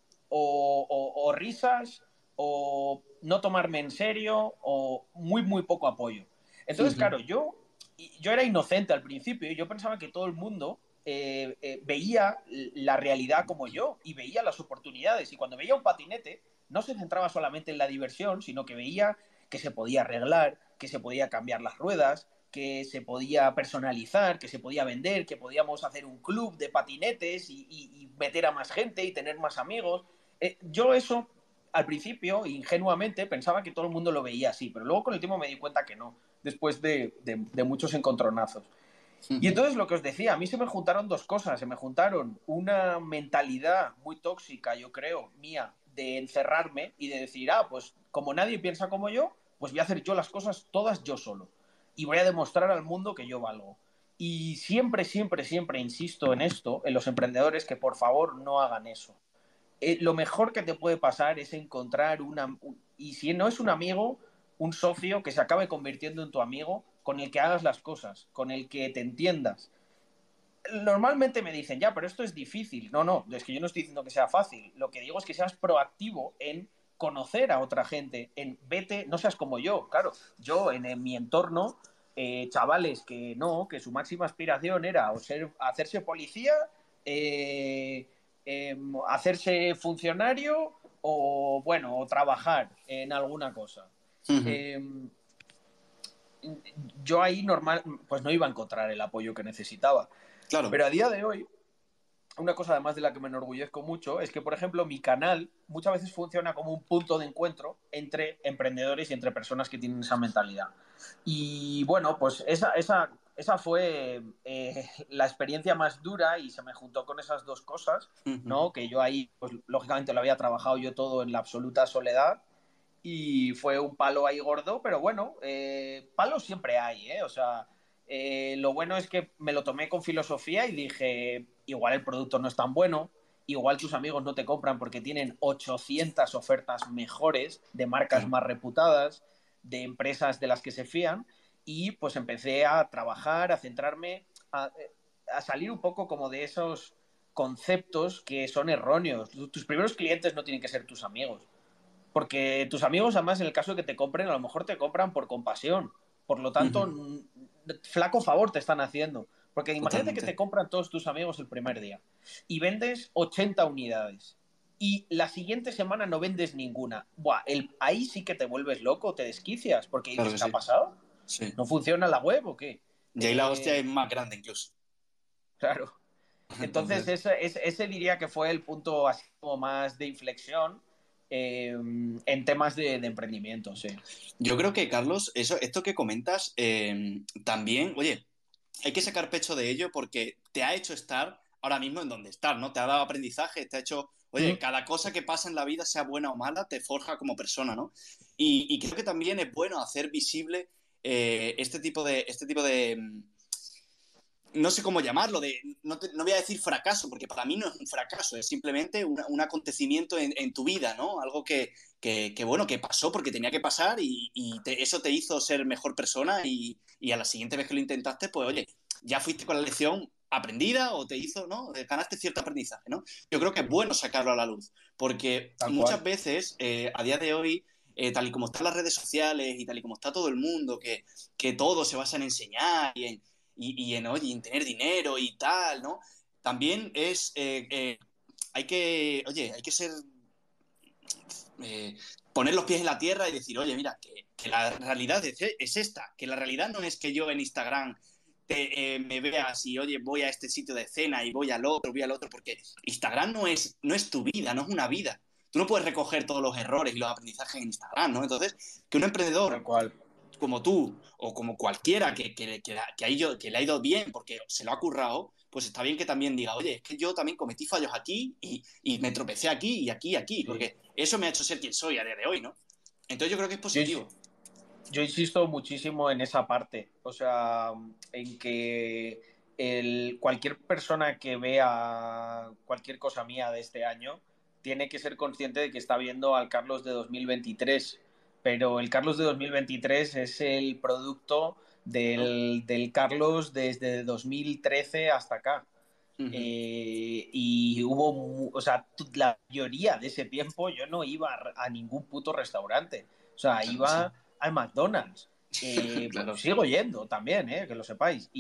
o risas o no tomarme en serio o muy poco apoyo. Entonces, Ujú. claro, yo era inocente al principio y yo pensaba que todo el mundo veía la realidad como yo y veía las oportunidades. Y cuando veía un patinete, no se centraba solamente en la diversión, sino que veía que se podía arreglar, que se podía cambiar las ruedas, que se podía personalizar, que se podía vender, que podíamos hacer un club de patinetes y meter a más gente y tener más amigos. Yo eso, al principio, ingenuamente, pensaba que todo el mundo lo veía así, pero luego con el tiempo me di cuenta que no, después de muchos encontronazos. Y Ujú. entonces lo que os decía, a mí se me juntaron 2 cosas, se me juntaron una mentalidad muy tóxica, yo creo, mía, de encerrarme y de decir, pues como nadie piensa como yo, pues voy a hacer yo las cosas todas yo solo. Y voy a demostrar al mundo que yo valgo. Y siempre insisto en esto, en los emprendedores, que por favor no hagan eso. Lo mejor que te puede pasar es encontrar y si no es un amigo, un socio que se acabe convirtiendo en tu amigo, con el que hagas las cosas, con el que te entiendas. Normalmente me dicen, ya, pero esto es difícil. No, no, es que yo no estoy diciendo que sea fácil. Lo que digo es que seas proactivo en conocer a otra gente, en vete, no seas como yo. Claro, yo en mi entorno, chavales que no, que su máxima aspiración era hacerse policía, eh, hacerse funcionario o, bueno, o trabajar en alguna cosa. Ujú. Eh, yo ahí pues no iba a encontrar el apoyo que necesitaba. Claro. Pero a día de hoy, una cosa además de la que me enorgullezco mucho es que, por ejemplo, mi canal muchas veces funciona como un punto de encuentro entre emprendedores y entre personas que tienen esa mentalidad. Y bueno, pues esa fue la experiencia más dura y se me juntó con esas dos cosas, ¿no? Que yo ahí, pues lógicamente lo había trabajado yo todo en la absoluta soledad y fue un palo ahí gordo, pero bueno, palos siempre hay, ¿eh? O sea, lo bueno es que me lo tomé con filosofía y dije, igual el producto no es tan bueno, igual tus amigos no te compran porque tienen 800 ofertas mejores de marcas Claro. más reputadas, de empresas de las que se fían, y pues empecé a trabajar, a centrarme, a salir un poco como de esos conceptos que son erróneos. Tus primeros clientes no tienen que ser tus amigos. Porque tus amigos, además, en el caso de que te compren, a lo mejor te compran por compasión. Por lo tanto, flaco favor te están haciendo. Porque imagínate que te Totalmente. compran todos tus amigos el primer día y vendes 80 unidades y la siguiente semana no vendes ninguna. Buah, ahí sí que te vuelves loco, te desquicias porque Claro dices, que ¿qué ha sí. pasado? Sí. ¿No funciona la web o qué? Y ahí la hostia es más grande incluso. Claro. Entonces, Entonces, ese diría que fue el punto así como más de inflexión en temas de emprendimiento, sí. yo creo que, Carlos, esto que comentas, también, oye, hay que sacar pecho de ello porque te ha hecho estar ahora mismo en donde estás, ¿no? Te ha dado aprendizaje, te ha hecho, oye, Mm. cada cosa que pasa en la vida, sea buena o mala, te forja como persona, ¿no? Y creo que también es bueno hacer visible este tipo de no sé cómo llamarlo, no voy a decir fracaso, porque para mí no es un fracaso, es simplemente un acontecimiento en tu vida, ¿no? Algo bueno, que pasó porque tenía que pasar y eso te hizo ser mejor persona y a la siguiente vez que lo intentaste, pues oye, ya fuiste con la lección aprendida o te hizo, ¿no? Ganaste cierto aprendizaje, ¿no? Yo creo que es bueno sacarlo a la luz, porque Tal muchas cual. veces, a día de hoy, tal y como están las redes sociales y tal y como está todo el mundo, que todo se basa en enseñar oye, en tener dinero y tal, ¿no? También hay que ser, eh, poner los pies en la tierra y decir, oye, mira, que la realidad es esta, que la realidad no es que yo en Instagram me veas y, oye, voy a este sitio de cena y voy al otro, porque Instagram no es tu vida, no es una vida. Tú no puedes recoger todos los errores y los aprendizajes en Instagram, ¿no? Entonces, que un Tal emprendedor cual. como tú o como cualquiera que le ha ido bien porque se lo ha currado, pues está bien que también diga, oye, es que yo también cometí fallos aquí y me tropecé aquí y aquí y aquí, Sí. porque eso me ha hecho ser quien soy a día de hoy, ¿no? Entonces yo creo que es Yo, positivo. yo insisto muchísimo en esa parte, o sea, en que cualquier persona que vea cualquier cosa mía de este año tiene que ser consciente de que está viendo al Carlos de 2023, pero el Carlos de 2023 es el producto Claro. del Carlos desde 2013 hasta acá. Ujú. Y o sea, la mayoría de ese tiempo yo no iba a ningún puto restaurante. O sea, Claro que sí. iba al McDonald's. Pues Claro. sigo yendo también, que lo sepáis.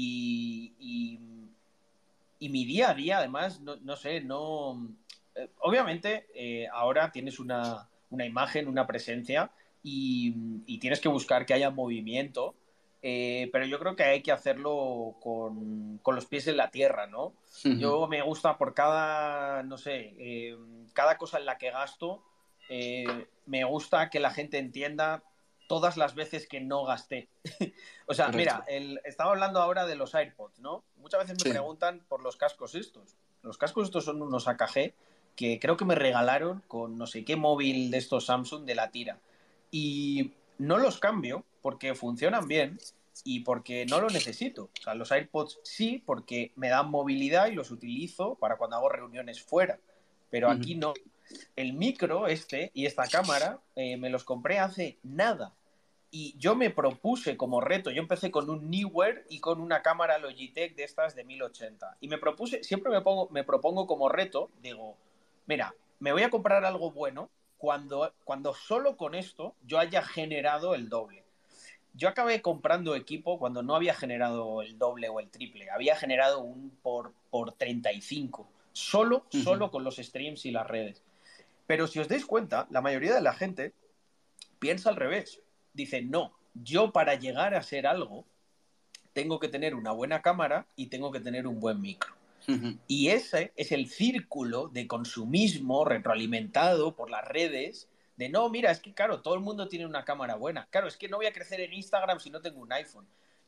Y mi día a día, además, no sé, no. Obviamente, ahora tienes una imagen, una presencia y tienes que buscar que haya movimiento, pero yo creo que hay que hacerlo con los pies en la tierra, ¿no? Ujú. Yo me gusta por cada, no sé, cada cosa en la que gasto, me gusta que la gente entienda todas las veces que no gasté. O sea, mira, Correcto. estaba hablando ahora de los AirPods, ¿no? Muchas veces me Sí. preguntan por los cascos estos. Los cascos estos son unos AKG que creo que me regalaron con no sé qué móvil de estos Samsung de la tira. Y no los cambio porque funcionan bien y porque no lo necesito. O sea, los AirPods sí, porque me dan movilidad y los utilizo para cuando hago reuniones fuera. Pero aquí Ujú. no. El micro este y esta cámara me los compré hace nada. Y yo me propuse como reto, yo empecé con un Neewer y con una cámara Logitech de estas de 1080. Y me propuse, siempre me propongo como reto, digo, mira, me voy a comprar algo bueno cuando solo con esto yo haya generado el doble. Yo acabé comprando equipo cuando no había generado el doble o el triple, había generado un por 35, solo Ujú. con los streams y las redes. Pero si os dais cuenta, la mayoría de la gente piensa al revés. Dice, no, yo para llegar a ser algo tengo que tener una buena cámara y tengo que tener un buen micro. Ujú. Y ese es el círculo de consumismo retroalimentado por las redes de no, mira, es que claro, todo el mundo tiene una cámara buena. Claro, es que no voy a crecer en Instagram si no tengo un iPhone.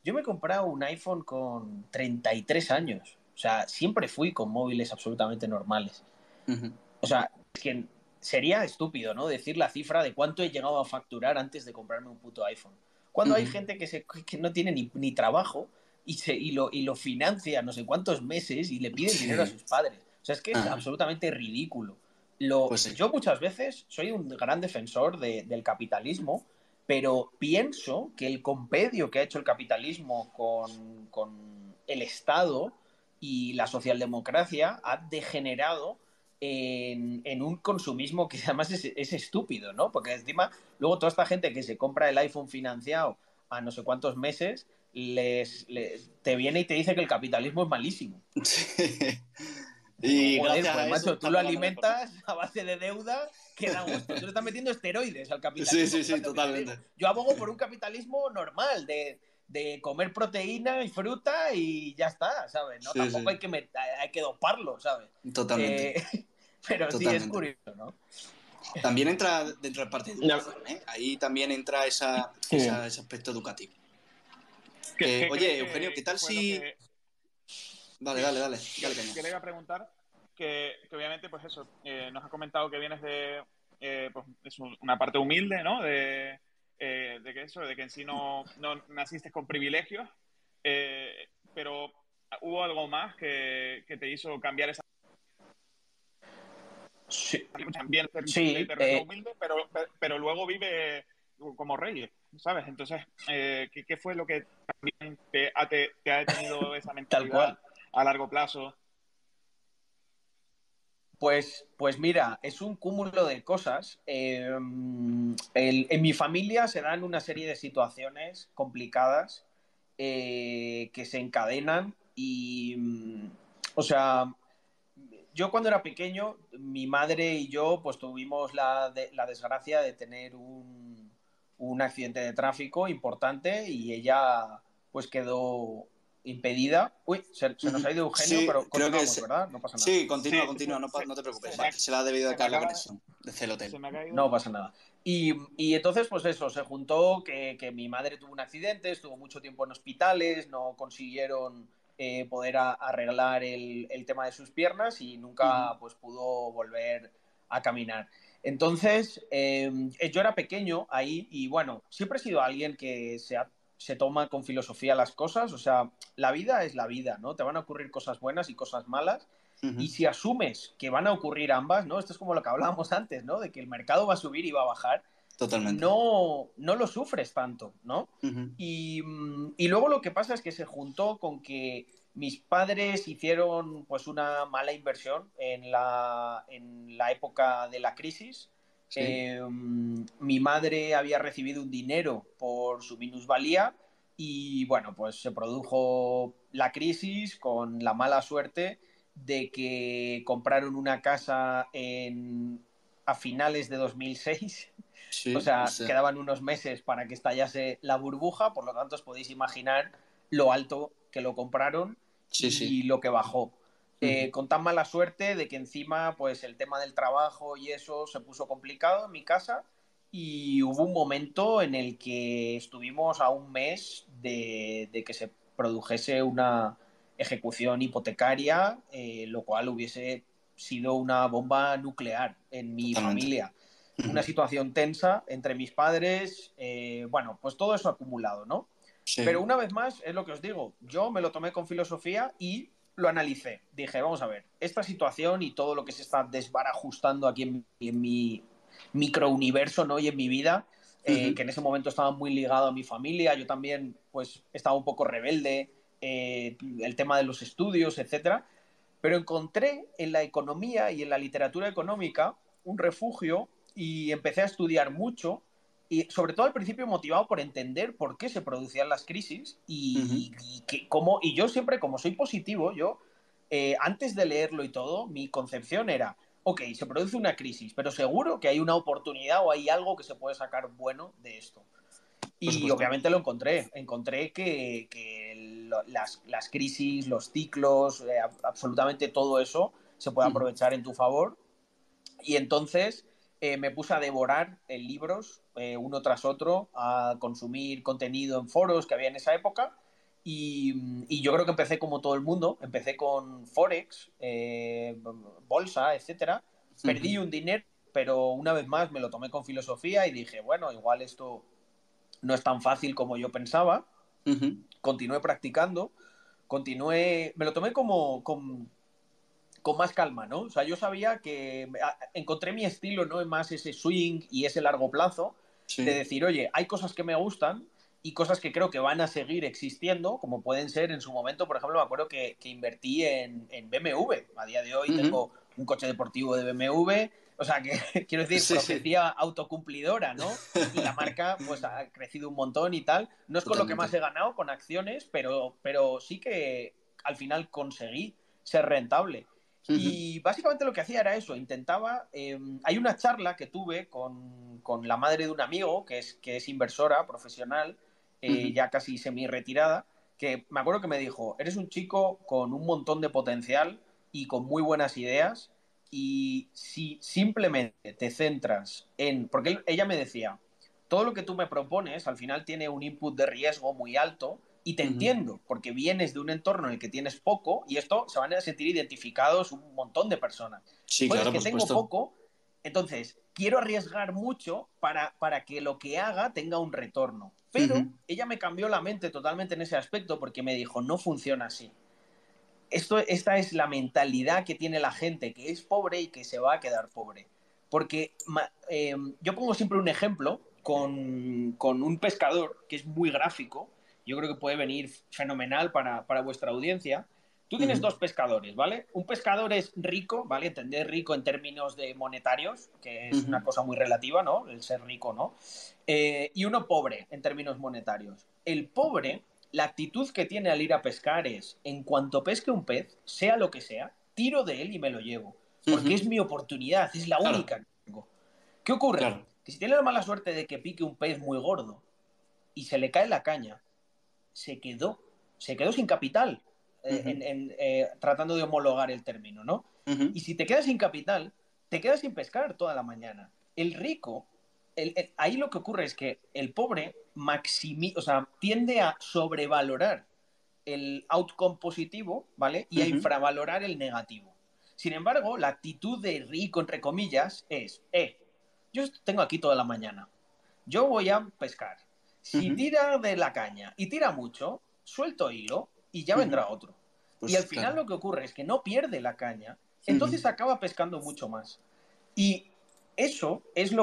Yo me he comprado un iPhone con 33 años. O sea, siempre fui con móviles absolutamente normales. Ujú. O sea, es que sería estúpido, ¿no? Decir la cifra de cuánto he llegado a facturar antes de comprarme un puto iPhone. Cuando hay Ujú. gente que no tiene ni trabajo y lo financia no sé cuántos meses y le piden dinero a Sí. sus padres. O sea, es que es Ajá. absolutamente ridículo. Pues sí. Yo muchas veces soy un gran defensor del capitalismo, pero pienso que el compendio que ha hecho el capitalismo con el Estado y la socialdemocracia ha degenerado en un consumismo que además es estúpido, ¿no? Porque encima, luego toda esta gente que se compra el iPhone financiado a no sé cuántos meses, te viene y te dice que el capitalismo es malísimo. Sí. Digo, Y joder, gracias pues a eso macho, tú lo estamos hablando de esto, ¿no? alimentas a base de deuda que da gusto. Tú le estás metiendo esteroides al Sí, capitalismo, sí, sí, fíjate lo que te totalmente. digo. Yo abogo por un capitalismo normal, de comer proteína y fruta y ya está, ¿sabes? ¿No? Sí, Tampoco sí, hay que doparlo, ¿sabes? totalmente, Eh, pero sí, es totalmente. curioso, ¿no? También entra dentro de parte de Ya, educación, ¿eh? Ahí también entra Sí. ese aspecto educativo. ¿qué crees Oye, Eugenio, ¿qué que tal fue lo si... que... Vale, Sí, dale, dale, dale caña. que le iba a preguntar que obviamente, pues eso, nos has comentado que vienes de pues, es una parte humilde, ¿no? De que eso, de que en sí no naciste con privilegios, pero hubo algo más que te hizo cambiar esa... Sí, También de sí, terreno humilde, pero luego vive como rey, ¿sabes? Entonces, ¿qué fue lo que también te ha detenido esa tal cual. mentalidad a largo plazo? Pues mira, es un cúmulo de cosas. En mi familia se dan una serie de situaciones complicadas que se encadenan o sea, yo cuando era pequeño, mi madre y yo pues tuvimos la desgracia de tener un accidente de tráfico importante y ella pues quedó impedida. Uy, se nos Ujú. ha ido Eugenio, Sí, pero creo que continuamos, ¿verdad? No pasa nada. sí, continúa, Sí, continúa, no te preocupes. se me, Se le ha debido de se me caer la acaba, conexión desde el hotel. se me ha caído. No pasa nada. Y entonces, pues eso, se juntó que mi madre tuvo un accidente, estuvo mucho tiempo en hospitales, no consiguieron poder arreglar el tema de sus piernas y Ujú. nunca pues pudo volver a caminar. Entonces, yo era pequeño ahí y bueno, siempre he sido alguien que se toma con filosofía las cosas, o sea, la vida es la vida, ¿no? Te van a ocurrir cosas buenas y cosas malas Ujú. y si asumes que van a ocurrir ambas, ¿no? Esto es como lo que hablábamos antes, ¿no? De que el mercado va a subir y va a bajar, Totalmente. no lo sufres tanto, ¿no? Ujú. Y luego lo que pasa es que se juntó con que mis padres hicieron pues una mala inversión en la época de la crisis. Sí, Mi madre había recibido un dinero por su minusvalía y bueno, pues se produjo la crisis con la mala suerte de que compraron una casa a finales de 2006. O sí, o sea, sea, quedaban unos meses para que estallase la burbuja, por lo tanto os podéis imaginar lo alto que lo compraron sí, sí. y lo que bajó. Ujú. Con tan mala suerte de que encima pues el tema del trabajo y eso se puso complicado en mi casa y hubo un momento en el que estuvimos a un mes de que se produjese una ejecución hipotecaria, lo cual hubiese sido una bomba nuclear en mi Totalmente. familia. Una Ujú. situación tensa entre mis padres, bueno, pues todo eso acumulado, ¿no? Pero Sí, una vez más, es lo que os digo, yo me lo tomé con filosofía y lo analicé. Dije, vamos a ver, esta situación y todo lo que se está desbarajustando aquí en mi microuniverso, ¿no? Y en mi vida, ujú. que en ese momento estaba muy ligado a mi familia, yo también, pues, estaba un poco rebelde, el tema de los estudios, etcétera. Pero encontré en la economía y en la literatura económica un refugio y empecé a estudiar mucho y sobre todo al principio motivado por entender por qué se producían las crisis Ujú. y yo siempre, como soy positivo, antes de leerlo y todo, mi concepción era, ok, se produce una crisis, pero seguro que hay una oportunidad o hay algo que se puede sacar bueno de esto. Por Y supuesto. obviamente lo encontré. Encontré que las crisis, los ciclos, absolutamente todo eso se puede Ujú. aprovechar en tu favor. Y entonces me puse a devorar libros uno tras otro, a consumir contenido en foros que había en esa época. y yo creo que empecé como todo el mundo, empecé con Forex, bolsa, etcétera. Perdí un dinero, pero una vez más me lo tomé con filosofía y dije, bueno, igual esto no es tan fácil como yo pensaba. Continué practicando, me lo tomé como con más calma, ¿no? O sea, yo sabía que encontré mi estilo, ¿no? En más ese swing y ese largo plazo de decir, oye, hay cosas que me gustan y cosas que creo que van a seguir existiendo, como pueden ser en su momento, por ejemplo, me acuerdo que invertí en BMW. A día de hoy tengo un coche deportivo de BMW, o sea, que quiero decir, profecía autocumplidora, ¿no? Y la marca, pues, ha crecido un montón y tal. No es con lo que más he ganado, con acciones, pero sí que al final conseguí ser rentable. Y básicamente lo que hacía era eso, intentaba... hay una charla que tuve con la madre de un amigo que es inversora profesional, ya casi semi-retirada, que me acuerdo que me dijo, eres un chico con un montón de potencial y con muy buenas ideas, y si simplemente te centras en... Porque ella me decía, todo lo que tú me propones al final tiene un input de riesgo muy alto, y te entiendo, porque vienes de un entorno en el que tienes poco, y esto se van a sentir identificados un montón de personas. Sí, Joder, claro, es que por tengo supuesto. poco, entonces quiero arriesgar mucho para que lo que haga tenga un retorno. Pero ella me cambió la mente totalmente en ese aspecto, porque me dijo, no funciona así. Esta es la mentalidad que tiene la gente que es pobre y que se va a quedar pobre. Porque yo pongo siempre un ejemplo con un pescador que es muy gráfico. Yo creo que puede venir fenomenal para vuestra audiencia. Tú tienes dos pescadores, ¿vale? Un pescador es rico, ¿vale? Entender rico en términos de monetarios, que es una cosa muy relativa, ¿no? El ser rico, ¿no? Y uno pobre en términos monetarios. El pobre, la actitud que tiene al ir a pescar es, en cuanto pesque un pez, sea lo que sea, tiro de él y me lo llevo. Porque es mi oportunidad, es la Claro, única que tengo. ¿Qué ocurre? claro. Que si tiene la mala suerte de que pique un pez muy gordo y se le cae la caña, se quedó, se quedó sin capital, tratando de homologar el término, ¿no? Y si te quedas sin capital, te quedas sin pescar toda la mañana. El rico, ahí lo que ocurre es que el pobre o sea, tiende a sobrevalorar el outcome positivo, ¿vale? Y a infravalorar el negativo. Sin embargo, la actitud de rico, entre comillas, es, yo tengo aquí toda la mañana, yo voy a pescar. Si tira de la caña y tira mucho, suelto hilo y ya vendrá otro. Y al Pues final claro. lo que ocurre es que no pierde la caña, entonces acaba pescando mucho más. Y eso es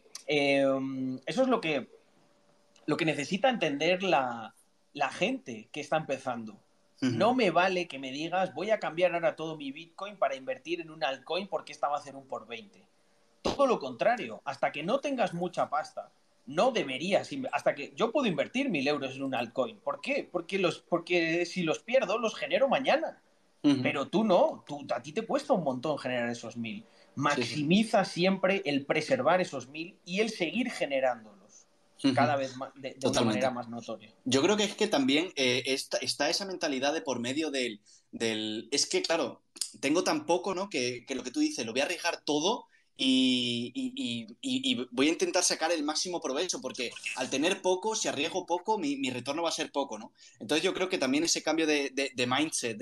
lo que necesita entender la gente que está empezando. No me vale que me digas, voy a cambiar ahora todo mi Bitcoin para invertir en un altcoin porque esta va a hacer un por 20. Todo lo contrario, hasta que no tengas mucha pasta, no deberías, hasta que yo puedo invertir 1.000 euros en un altcoin. ¿Por qué? Porque si los pierdo, los genero mañana. Pero tú no, a ti te cuesta un montón generar esos 1.000. Sí, sí. Maximiza siempre el preservar esos 1.000 y el seguir generándolos cada vez más, de una manera Totalmente. más notoria. Yo creo que es que también está esa mentalidad de por medio del... Es que, claro, tengo tan poco, ¿no? Que lo que tú dices, lo voy a arriesgar todo y voy a intentar sacar el máximo provecho, porque al tener poco, si arriesgo poco, mi retorno va a ser poco, ¿no? Entonces yo creo que también ese cambio de mindset,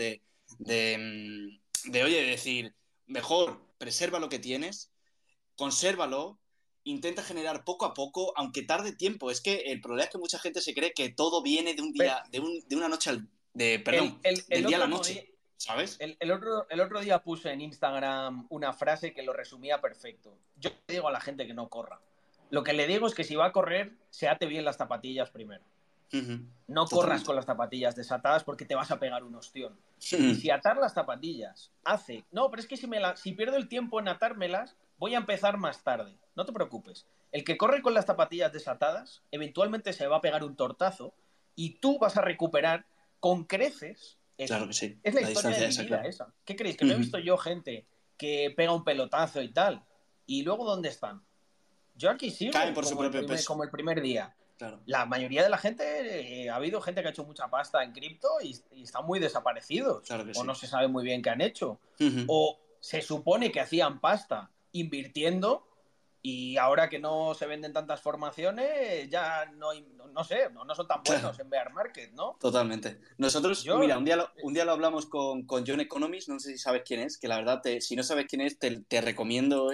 oye, decir, mejor preserva lo que tienes, consérvalo, intenta generar poco a poco, aunque tarde tiempo. Es que el problema es que mucha gente se cree que todo viene de un Pero día, de una noche el, perdón, el, del el día a la otro día, noche, ¿sabes? el otro día puse en Instagram una frase que lo resumía perfecto. Yo le digo a la gente que no corra. Lo que le digo es que si va a correr, se ate bien las zapatillas primero. No corras Totalmente. con las zapatillas desatadas porque te vas a pegar un ostión. Y Ujú. si atar las zapatillas hace... No, pero es que si pierdo el tiempo en atármelas, voy a empezar más tarde. No te preocupes. El que corre con las zapatillas desatadas, eventualmente se va a pegar un tortazo y tú vas a recuperar con creces Claro eso. que sí, Es la la historia de distancia mi esa, vida claro. esa. ¿Qué creéis? ¿Que no he Ujú. visto yo gente que pega un pelotazo y tal? ¿Y luego dónde están? Yo aquí Caen sigo por su propio peso, como el primer día. claro. La mayoría de la gente, ha habido gente que ha hecho mucha pasta en cripto y están muy desaparecidos, Claro que o no sí. se sabe muy bien qué han hecho, Ujú. o se supone que hacían pasta invirtiendo Y ahora que no se venden tantas formaciones, ya no sé, no son tan buenos en bear market, ¿no? Totalmente. Nosotros, Yo, mira, un día lo hablamos con John Economist, no sé si sabes quién es, que la verdad, si no sabes quién es, te recomiendo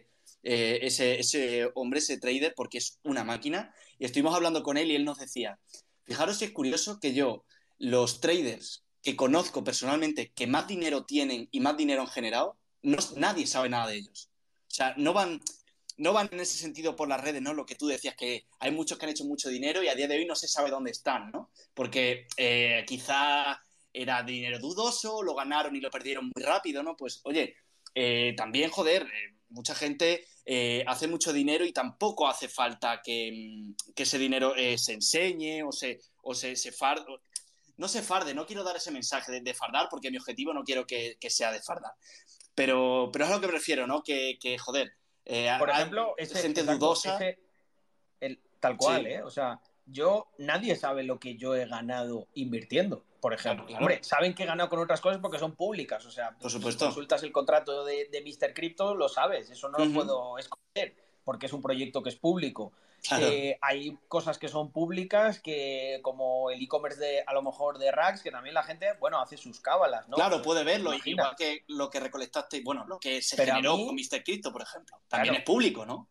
ese hombre, ese trader, porque es una máquina. Y estuvimos hablando con él y él nos decía, fijaros si es curioso que los traders que conozco personalmente, que más dinero tienen y más dinero han generado, nadie sabe nada de ellos. O sea, no van en ese sentido por las redes, ¿no? Lo que tú decías, que hay muchos que han hecho mucho dinero y a día de hoy no se sabe dónde están, ¿no? Porque quizá era dinero dudoso, lo ganaron y lo perdieron muy rápido, ¿no? Pues, oye, también, joder, mucha gente hace mucho dinero y tampoco hace falta que ese dinero se enseñe o se farde. No se farde, no quiero dar ese mensaje de fardar porque mi objetivo no quiero que sea de fardar. Pero es a lo que me refiero, ¿no? Joder, por hay ejemplo, gente dudosa. tal cual, Sí, ¿eh? O sea, nadie sabe lo que yo he ganado invirtiendo, por claro, ejemplo. claro, Hombre, saben que he ganado con otras cosas porque son públicas. O sea, por si supuesto. consultas el contrato de Mr. Crypto, lo sabes. Eso no lo Ujú, puedo esconder porque es un proyecto que es público. claro, Hay cosas que son públicas, que como el e-commerce a lo mejor de Rax, que también la gente, bueno, hace sus cábalas, ¿no? claro, puede Se verlo, imagina. igual que lo que recolectaste, bueno, lo que se Pero a generó con mí, Mr. Crypto, por ejemplo. También es claro, público, ¿no?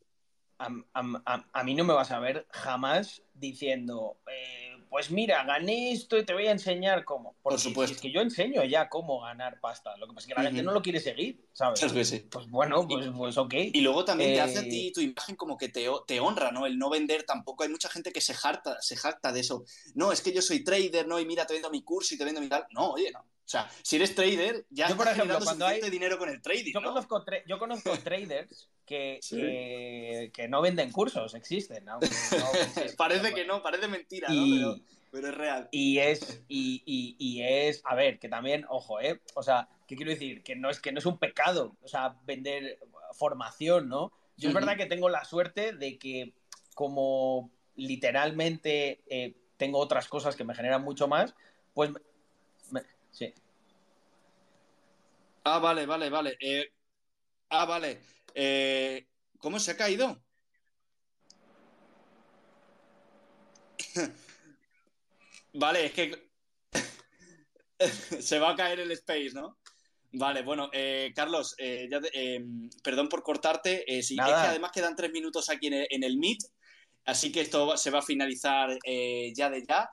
a mí no me vas a ver jamás diciendo, pues mira, gané esto y te voy a enseñar cómo. Por Porque si es supuesto. que yo enseño ya cómo ganar pasta, lo que pasa es que la gente no Ujú, lo quiere seguir, ¿sabes? claro que sí. Pues bueno, Y, pues ok. y luego también te hace a Eh, ti tu imagen como que te honra, ¿no? El no vender tampoco. Hay mucha gente que se jacta de eso. No, es que yo soy trader, ¿no? Y mira, te vendo mi curso y te vendo mi tal. No, oye, no. O sea, si eres trader, ya yo, por estás ejemplo, generando suficiente dinero con el trading, ¿no? yo conozco traders Sí. que no venden cursos, existen, aunque no penséis que son Parece que buenos. no, parece mentira, ¿no? Pero, Y, pero es real. y es, a ver, que también, ojo, o sea, ¿qué quiero decir? Que no es un pecado, o sea, vender formación, ¿no? Yo es verdad Ujú. que tengo la suerte de que como literalmente tengo otras cosas que me generan mucho más, pues sí. Ah, vale, vale, vale. Vale. Eh, ¿Cómo se ha caído? Vale, es que se va a caer el space, ¿no? Vale, bueno, Carlos, perdón por cortarte. Sí, es que Nada, además quedan 3 minutos aquí en el Meet, así que esto se va a finalizar ya de ya.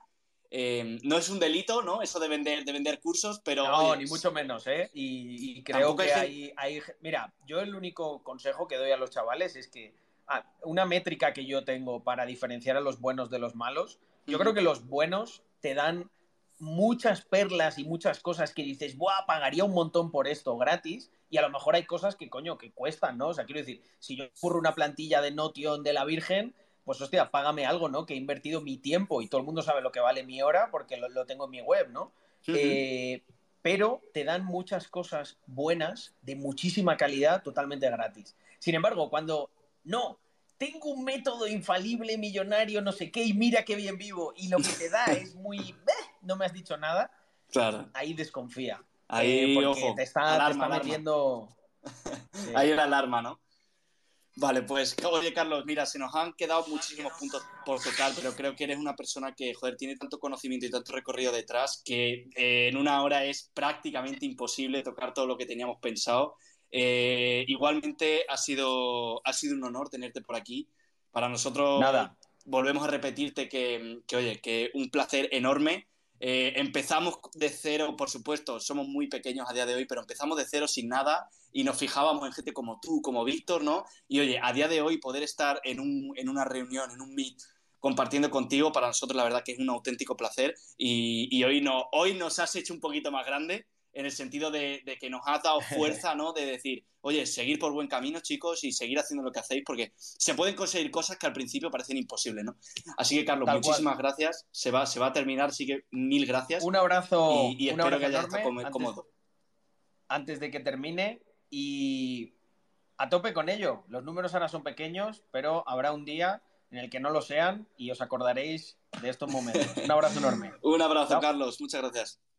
No es un delito, ¿no? Eso de vender cursos, pero no, oye, ni mucho menos, ¿eh? Y creo tampoco hay que gente. mira, yo el único consejo que doy a los chavales es que una métrica que yo tengo para diferenciar a los buenos de los malos, yo creo Ujú, que los buenos te dan muchas perlas y muchas cosas que dices, ¡buah! Pagaría un montón por esto gratis, y a lo mejor hay cosas que, coño, que cuestan, ¿no? O sea, quiero decir, si yo curro una plantilla de Notion de la Virgen, pues hostia, págame algo, ¿no? Que he invertido mi tiempo y todo el mundo sabe lo que vale mi hora porque lo tengo en mi web, ¿no? ujú. Eh, pero te dan muchas cosas buenas, de muchísima calidad, totalmente gratis. Sin embargo, cuando no, tengo un método infalible, millonario, no sé qué, y mira qué bien vivo, y lo que te da es muy, no me has dicho nada, Claro. ahí desconfía, Ahí, porque te ojo, está, te alarma, está alarma. metiendo... Sí. Ahí la alarma, ¿no? Vale, pues oye Carlos, mira, se nos han quedado muchísimos puntos por tocar, pero creo que eres una persona que, joder, tiene tanto conocimiento y tanto recorrido detrás que en una hora es prácticamente imposible tocar todo lo que teníamos pensado. Igualmente ha sido un honor tenerte por aquí. Para nosotros, Nada, volvemos a repetirte que oye, que un placer enorme. Empezamos de cero, por supuesto, somos muy pequeños a día de hoy, pero empezamos de cero sin nada y nos fijábamos en gente como tú, como Víctor, ¿no? Y oye, a día de hoy poder estar en una reunión, en un meet, compartiendo contigo, para nosotros la verdad que es un auténtico placer y hoy, no, hoy nos has hecho un poquito más grande en el sentido de que nos has dado fuerza, ¿no? De decir, oye, seguir por buen camino, chicos, y seguir haciendo lo que hacéis, porque se pueden conseguir cosas que al principio parecen imposibles, ¿no? Así que, Carlos, tal cual. muchísimas gracias. Se va a terminar, así que mil gracias y Un espero que abrazo hayas estado enorme cómodo. antes de que termine y a tope con ello. Los números ahora son pequeños, pero habrá un día en el que no lo sean y os acordaréis de estos momentos. Un abrazo enorme. Un abrazo, Chao. Carlos. Muchas gracias.